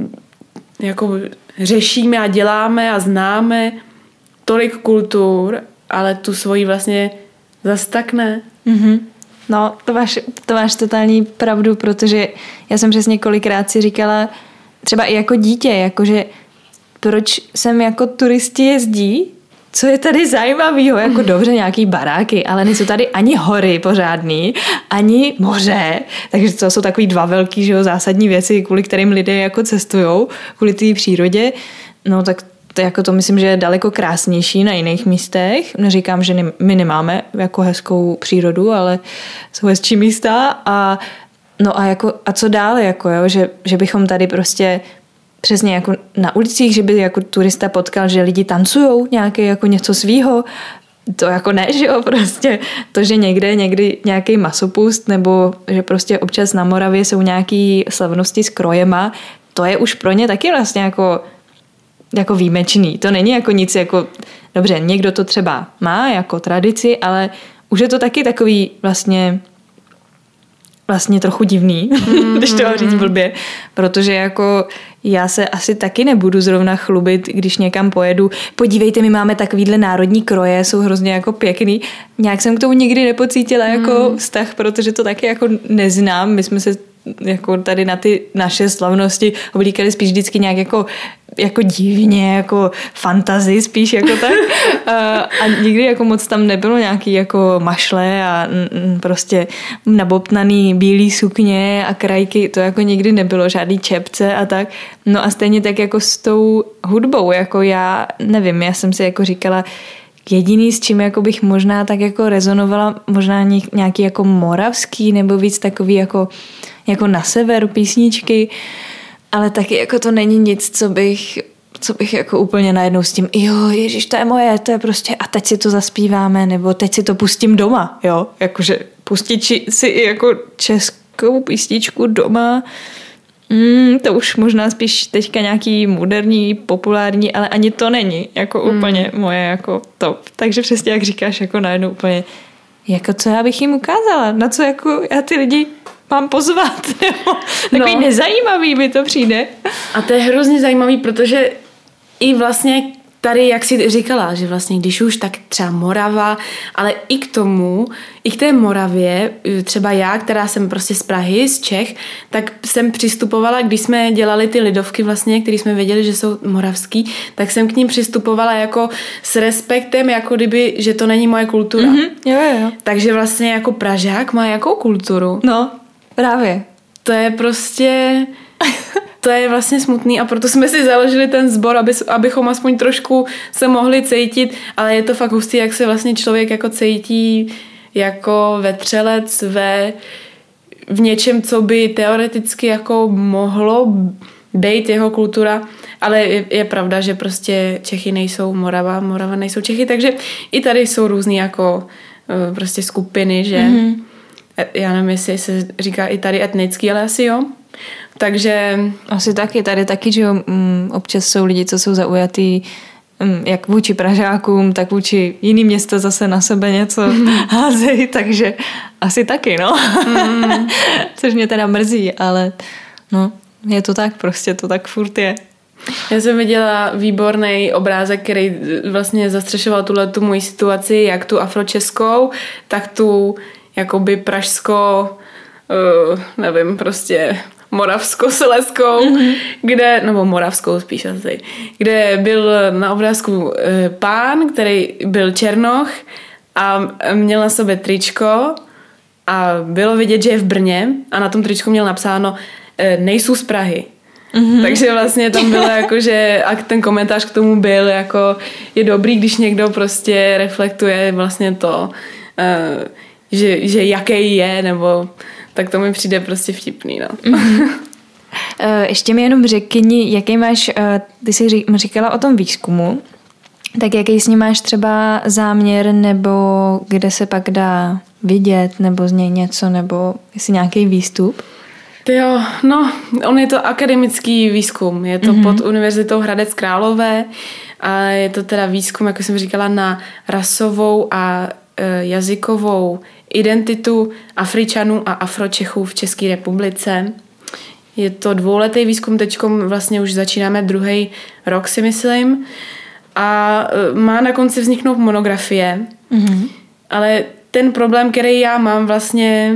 jako řešíme a děláme a známe tolik kultur, ale tu svoji vlastně zas tak ne. Mm-hmm. No, to máš, to máš totální pravdu, protože já jsem přesně kolikrát si říkala, třeba i jako dítě, jakože proč sem jako turisti jezdí, co je tady zajímavého, jako dobře nějaký baráky, ale nejsou tady ani hory pořádný, ani moře, takže to jsou takový dva velký, že jo, zásadní věci, kvůli kterým lidé jako cestujou, kvůli té přírodě, no tak to, jako to myslím, že je daleko krásnější na jiných místech. Neříkám, že my nemáme jako hezkou přírodu, ale jsou hezčí místa a no a jako a co dále, jako jo, že, že bychom tady prostě přesně jako na ulicích, že by jako turista potkal, že lidi tancujou nějaké jako něco svýho, to jako ne, že jo, prostě to, že někde někdy nějaký masopust nebo že prostě občas na Moravě jsou nějaký slavnosti s krojema, to je už pro ně taky vlastně jako jako výjimečný. To není jako nic jako, dobře, někdo to třeba má jako tradici, ale už je to taky takový vlastně vlastně trochu divný, mm-hmm. když to mám říct blbě, protože jako já se asi taky nebudu zrovna chlubit, když někam pojedu. Podívejte, my máme takovýhle národní kroje, jsou hrozně jako pěkný. Nějak jsem k tomu nikdy nepocítila jako mm. vztah, protože to taky jako neznám. My jsme se jako tady na ty naše slavnosti oblíkali spíš vždycky nějak jako jako divně, jako fantasy spíš jako tak. A, a nikdy jako moc tam nebylo nějaký jako mašle a m, prostě nabobtnaný bílý sukně a krajky, to jako nikdy nebylo, žádný čepce a tak. No a stejně tak jako s tou hudbou, jako já nevím, já jsem si jako říkala, jediný, s čím jako bych možná tak jako rezonovala, možná nějaký jako moravský nebo víc takový jako jako na sever písničky, ale taky jako to není nic, co bych co bych jako úplně najednou s tím, jo, ježiš, to je moje, to je prostě, a teď si to zaspíváme, nebo teď si to pustím doma, jo, jakože pustit si i jako českou písničku doma, mm, to už možná spíš teďka nějaký moderní, populární, ale ani to není jako mm. úplně moje jako top. Takže přesně jak říkáš, jako najednou úplně, jako co já bych jim ukázala, na co jako já ty lidi mám pozvat, nebo takový no. nezajímavý mi to přijde. A to je hrozně zajímavý, protože i vlastně tady, jak jsi říkala, že vlastně když už, tak třeba Morava, ale i k tomu, i k té Moravě, třeba já, která jsem prostě z Prahy, z Čech, tak jsem přistupovala, když jsme dělali ty lidovky vlastně, které jsme věděli, že jsou moravský, tak jsem k ním přistupovala jako s respektem, jako kdyby, že to není moje kultura. Mm-hmm, jo, jo. Takže vlastně jako Pražák má jakou kulturu? No, právě. To je prostě... To je vlastně smutný a proto jsme si založili ten sbor, aby, abychom aspoň trošku se mohli cítit, ale je to fakt hustý, jak se vlastně člověk jako cítí jako vetřelec ve, v něčem, co by teoreticky jako mohlo být jeho kultura, ale je, je pravda, že prostě Čechy nejsou Morava, Morava nejsou Čechy, takže i tady jsou různý jako prostě skupiny, že mm-hmm. já nevím, jestli se říká i tady etnický, ale asi jo. Takže... Asi taky, tady taky, že jo, občas jsou lidi, co jsou zaujatý jak vůči Pražákům, tak vůči jiným města zase na sebe něco házejí, takže asi taky, no. Mm. Což mě teda mrzí, ale no, je to tak prostě, to tak furt je. Já jsem viděla výborný obrázek, který vlastně zastřešoval tuhletu moji situaci, jak tu afročeskou, tak tu jakoby pražskou, uh, nevím, prostě... moravsko-seleskou, mm-hmm. kde, nebo moravskou spíš asi, kde byl na obrázku e, pán, který byl černoch a měl na sobě tričko a bylo vidět, že je v Brně a na tom tričku měl napsáno e, nejsou z Prahy. Mm-hmm. Takže vlastně tam bylo jako, že a ten komentář k tomu byl jako je dobrý, když někdo prostě reflektuje vlastně to, e, že, že jaký je, nebo tak to mi přijde prostě vtipný, no. Mm-hmm. Ještě mi jenom řekni, jaký máš, ty jsi říkala o tom výzkumu, tak jaký s ním máš třeba záměr, nebo kde se pak dá vidět, nebo z něj něco, nebo jestli nějaký výstup? Jo, no, on je to akademický výzkum, je to mm-hmm. pod Univerzitou Hradec Králové a je to teda výzkum, jako jsem říkala, na rasovou a e, jazykovou identitu Afričanů a Afročechů v České republice. Je to dvouletý výzkum, teďkom vlastně už začínáme druhý rok, si myslím. A má na konci vzniknout monografie. Mm-hmm. Ale ten problém, který já mám vlastně,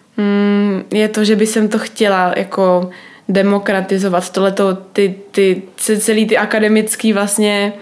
mm, je to, že by jsem to chtěla jako demokratizovat. Tohleto, ty, ty, celý ty akademický vlastně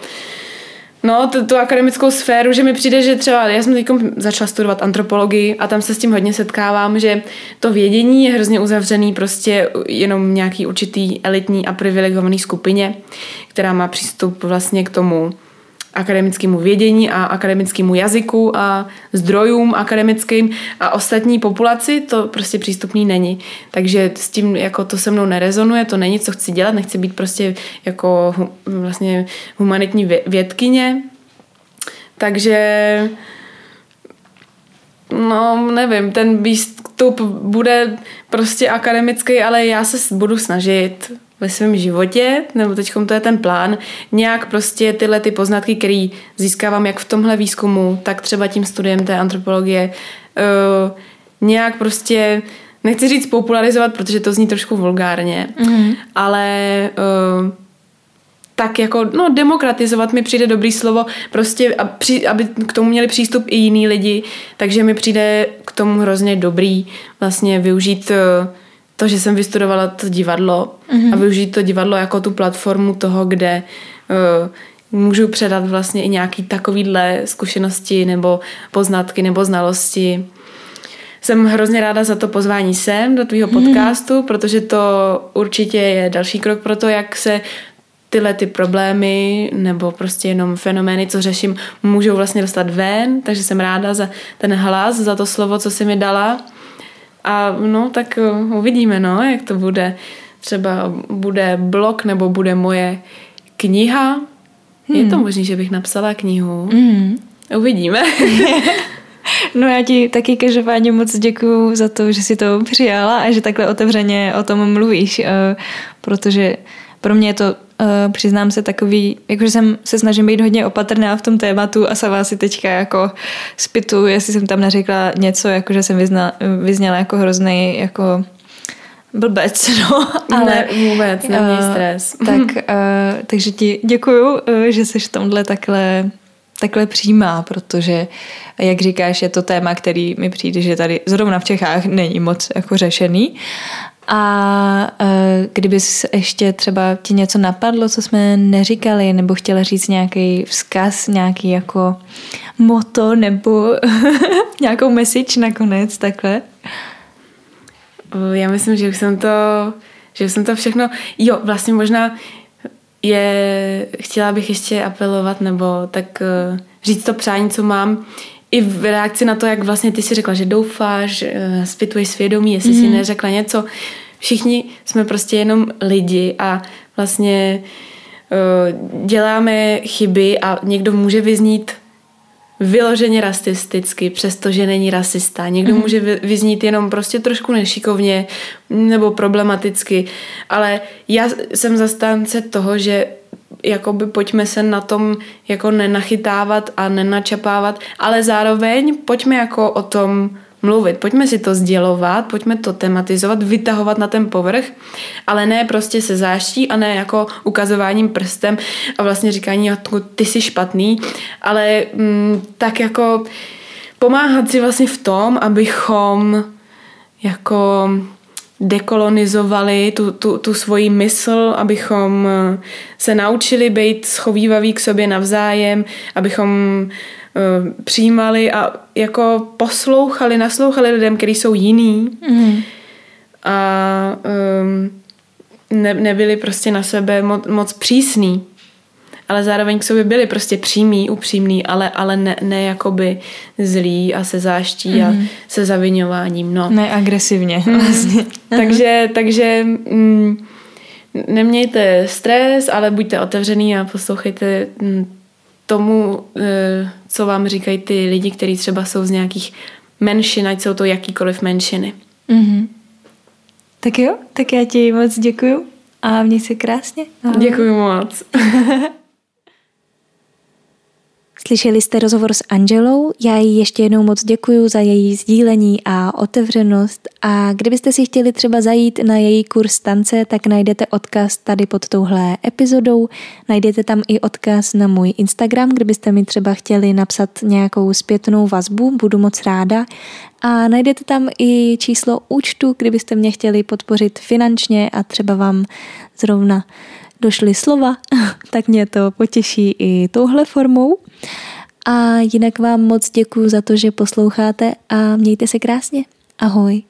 No, tu, tu akademickou sféru, že mi přijde, že třeba já jsem teď začala studovat antropologii a tam se s tím hodně setkávám, že to vědění je hrozně uzavřený prostě jenom nějaký určitý elitní a privilegovaný skupině, která má přístup vlastně k tomu akademickému vědění a akademickému jazyku a zdrojům akademickým a ostatní populaci to prostě přístupný není. Takže s tím jako to se mnou nerezonuje, to není, co chci dělat, nechci být prostě jako vlastně humanitní vědkyně. Takže no, nevím, ten výstup bude prostě akademický, ale já se budu snažit ve svém životě, nebo teďkom to je ten plán, nějak prostě tyhle ty poznatky, které získávám jak v tomhle výzkumu, tak třeba tím studiem té antropologie, uh, nějak prostě, nechci říct popularizovat, protože to zní trošku vulgárně, mm-hmm. ale uh, tak jako, no, demokratizovat mi přijde dobrý slovo, prostě, aby k tomu měli přístup i jiní lidi, takže mi přijde k tomu hrozně dobrý vlastně využít uh, to, že jsem vystudovala to divadlo mm-hmm. a využít to divadlo jako tu platformu toho, kde uh, můžu předat vlastně i nějaký takovýhle zkušenosti nebo poznatky nebo znalosti. Jsem hrozně ráda za to pozvání sem do tvýho mm-hmm. podcastu, protože to určitě je další krok pro to, jak se tyhle ty problémy nebo prostě jenom fenomény, co řeším, můžou vlastně dostat ven, takže jsem ráda za ten hlas, za to slovo, co jsi mi dala. A no, tak uvidíme, no, jak to bude. Třeba bude blog nebo bude moje kniha. Hmm. Je to možné, že bych napsala knihu. Hmm. Uvidíme. No já ti taky každopádně moc děkuju za to, že jsi to přijala a že takhle otevřeně o tom mluvíš, protože pro mě je to, přiznám se, takový, jakože jsem se snažím být hodně opatrná v tom tématu a sama si teďka jako zpytuju, jestli jsem tam neřekla něco, jakože jsem vyzna, vyzněla jako hroznej jako blbec, no. Ale ne, vůbec, neměj stres. Tak, uh, takže ti děkuju, uh, že jsi v tomhle takhle takhle přijímá, protože, jak říkáš, je to téma, který mi přijde, že tady zrovna v Čechách není moc jako řešený. A e, kdybys ještě třeba ti něco napadlo, co jsme neříkali, nebo chtěla říct nějaký vzkaz, nějaký jako motto, nebo nějakou message nakonec, takhle? Já myslím, že už jsem to, že už jsem to všechno, jo, vlastně možná je, chtěla bych ještě apelovat nebo tak uh, říct to přání, co mám i v reakci na to, jak vlastně ty si řekla, že doufáš, uh, zpytuješ svědomí, jestli mm. si neřekla něco. Všichni jsme prostě jenom lidi a vlastně uh, děláme chyby a někdo může vyznít vyloženě rasisticky, přestože není rasista. Někdo mm. může vyznít jenom prostě trošku nešikovně nebo problematicky, ale já jsem zastánce toho, že jakoby pojďme se na tom jako nenachytávat a nenačapávat, ale zároveň pojďme jako o tom mluvit. Pojďme si to sdělovat, pojďme to tematizovat, vytahovat na ten povrch, ale ne prostě se záští a ne jako ukazováním prstem a vlastně říkání, jako ty jsi špatný, ale mm, tak jako pomáhat si vlastně v tom, abychom jako dekolonizovali tu, tu, tu svoji mysl, abychom se naučili být schovývaví k sobě navzájem, abychom přijímali a jako poslouchali, naslouchali lidem, kteří jsou jiný mm. a um, ne, nebyli prostě na sebe moc, moc přísný, ale zároveň k sobě byli prostě přímý, upřímný, ale, ale ne, ne jakoby zlý a se záští mm. a se zaviňováním. No. Ne agresivně vlastně. takže takže mm, nemějte stres, ale buďte otevřený a poslouchejte mm, tomu, co vám říkají ty lidi, kteří třeba jsou z nějakých menšin, ať jsou to jakýkoliv menšiny. Mm-hmm. Tak jo, tak já ti moc děkuju a měj se krásně. Ahoj. Děkuju moc. Slyšeli jste rozhovor s Angelou, já jí ještě jednou moc děkuju za její sdílení a otevřenost a kdybyste si chtěli třeba zajít na její kurz tance, tak najdete odkaz tady pod touhle epizodou, najdete tam i odkaz na můj Instagram, kdybyste mi třeba chtěli napsat nějakou zpětnou vazbu, budu moc ráda a najdete tam i číslo účtu, kdybyste mě chtěli podpořit finančně a třeba vám zrovna došly slova, tak mě to potěší i touhle formou. A jinak vám moc děkuju za to, že posloucháte a mějte se krásně. Ahoj.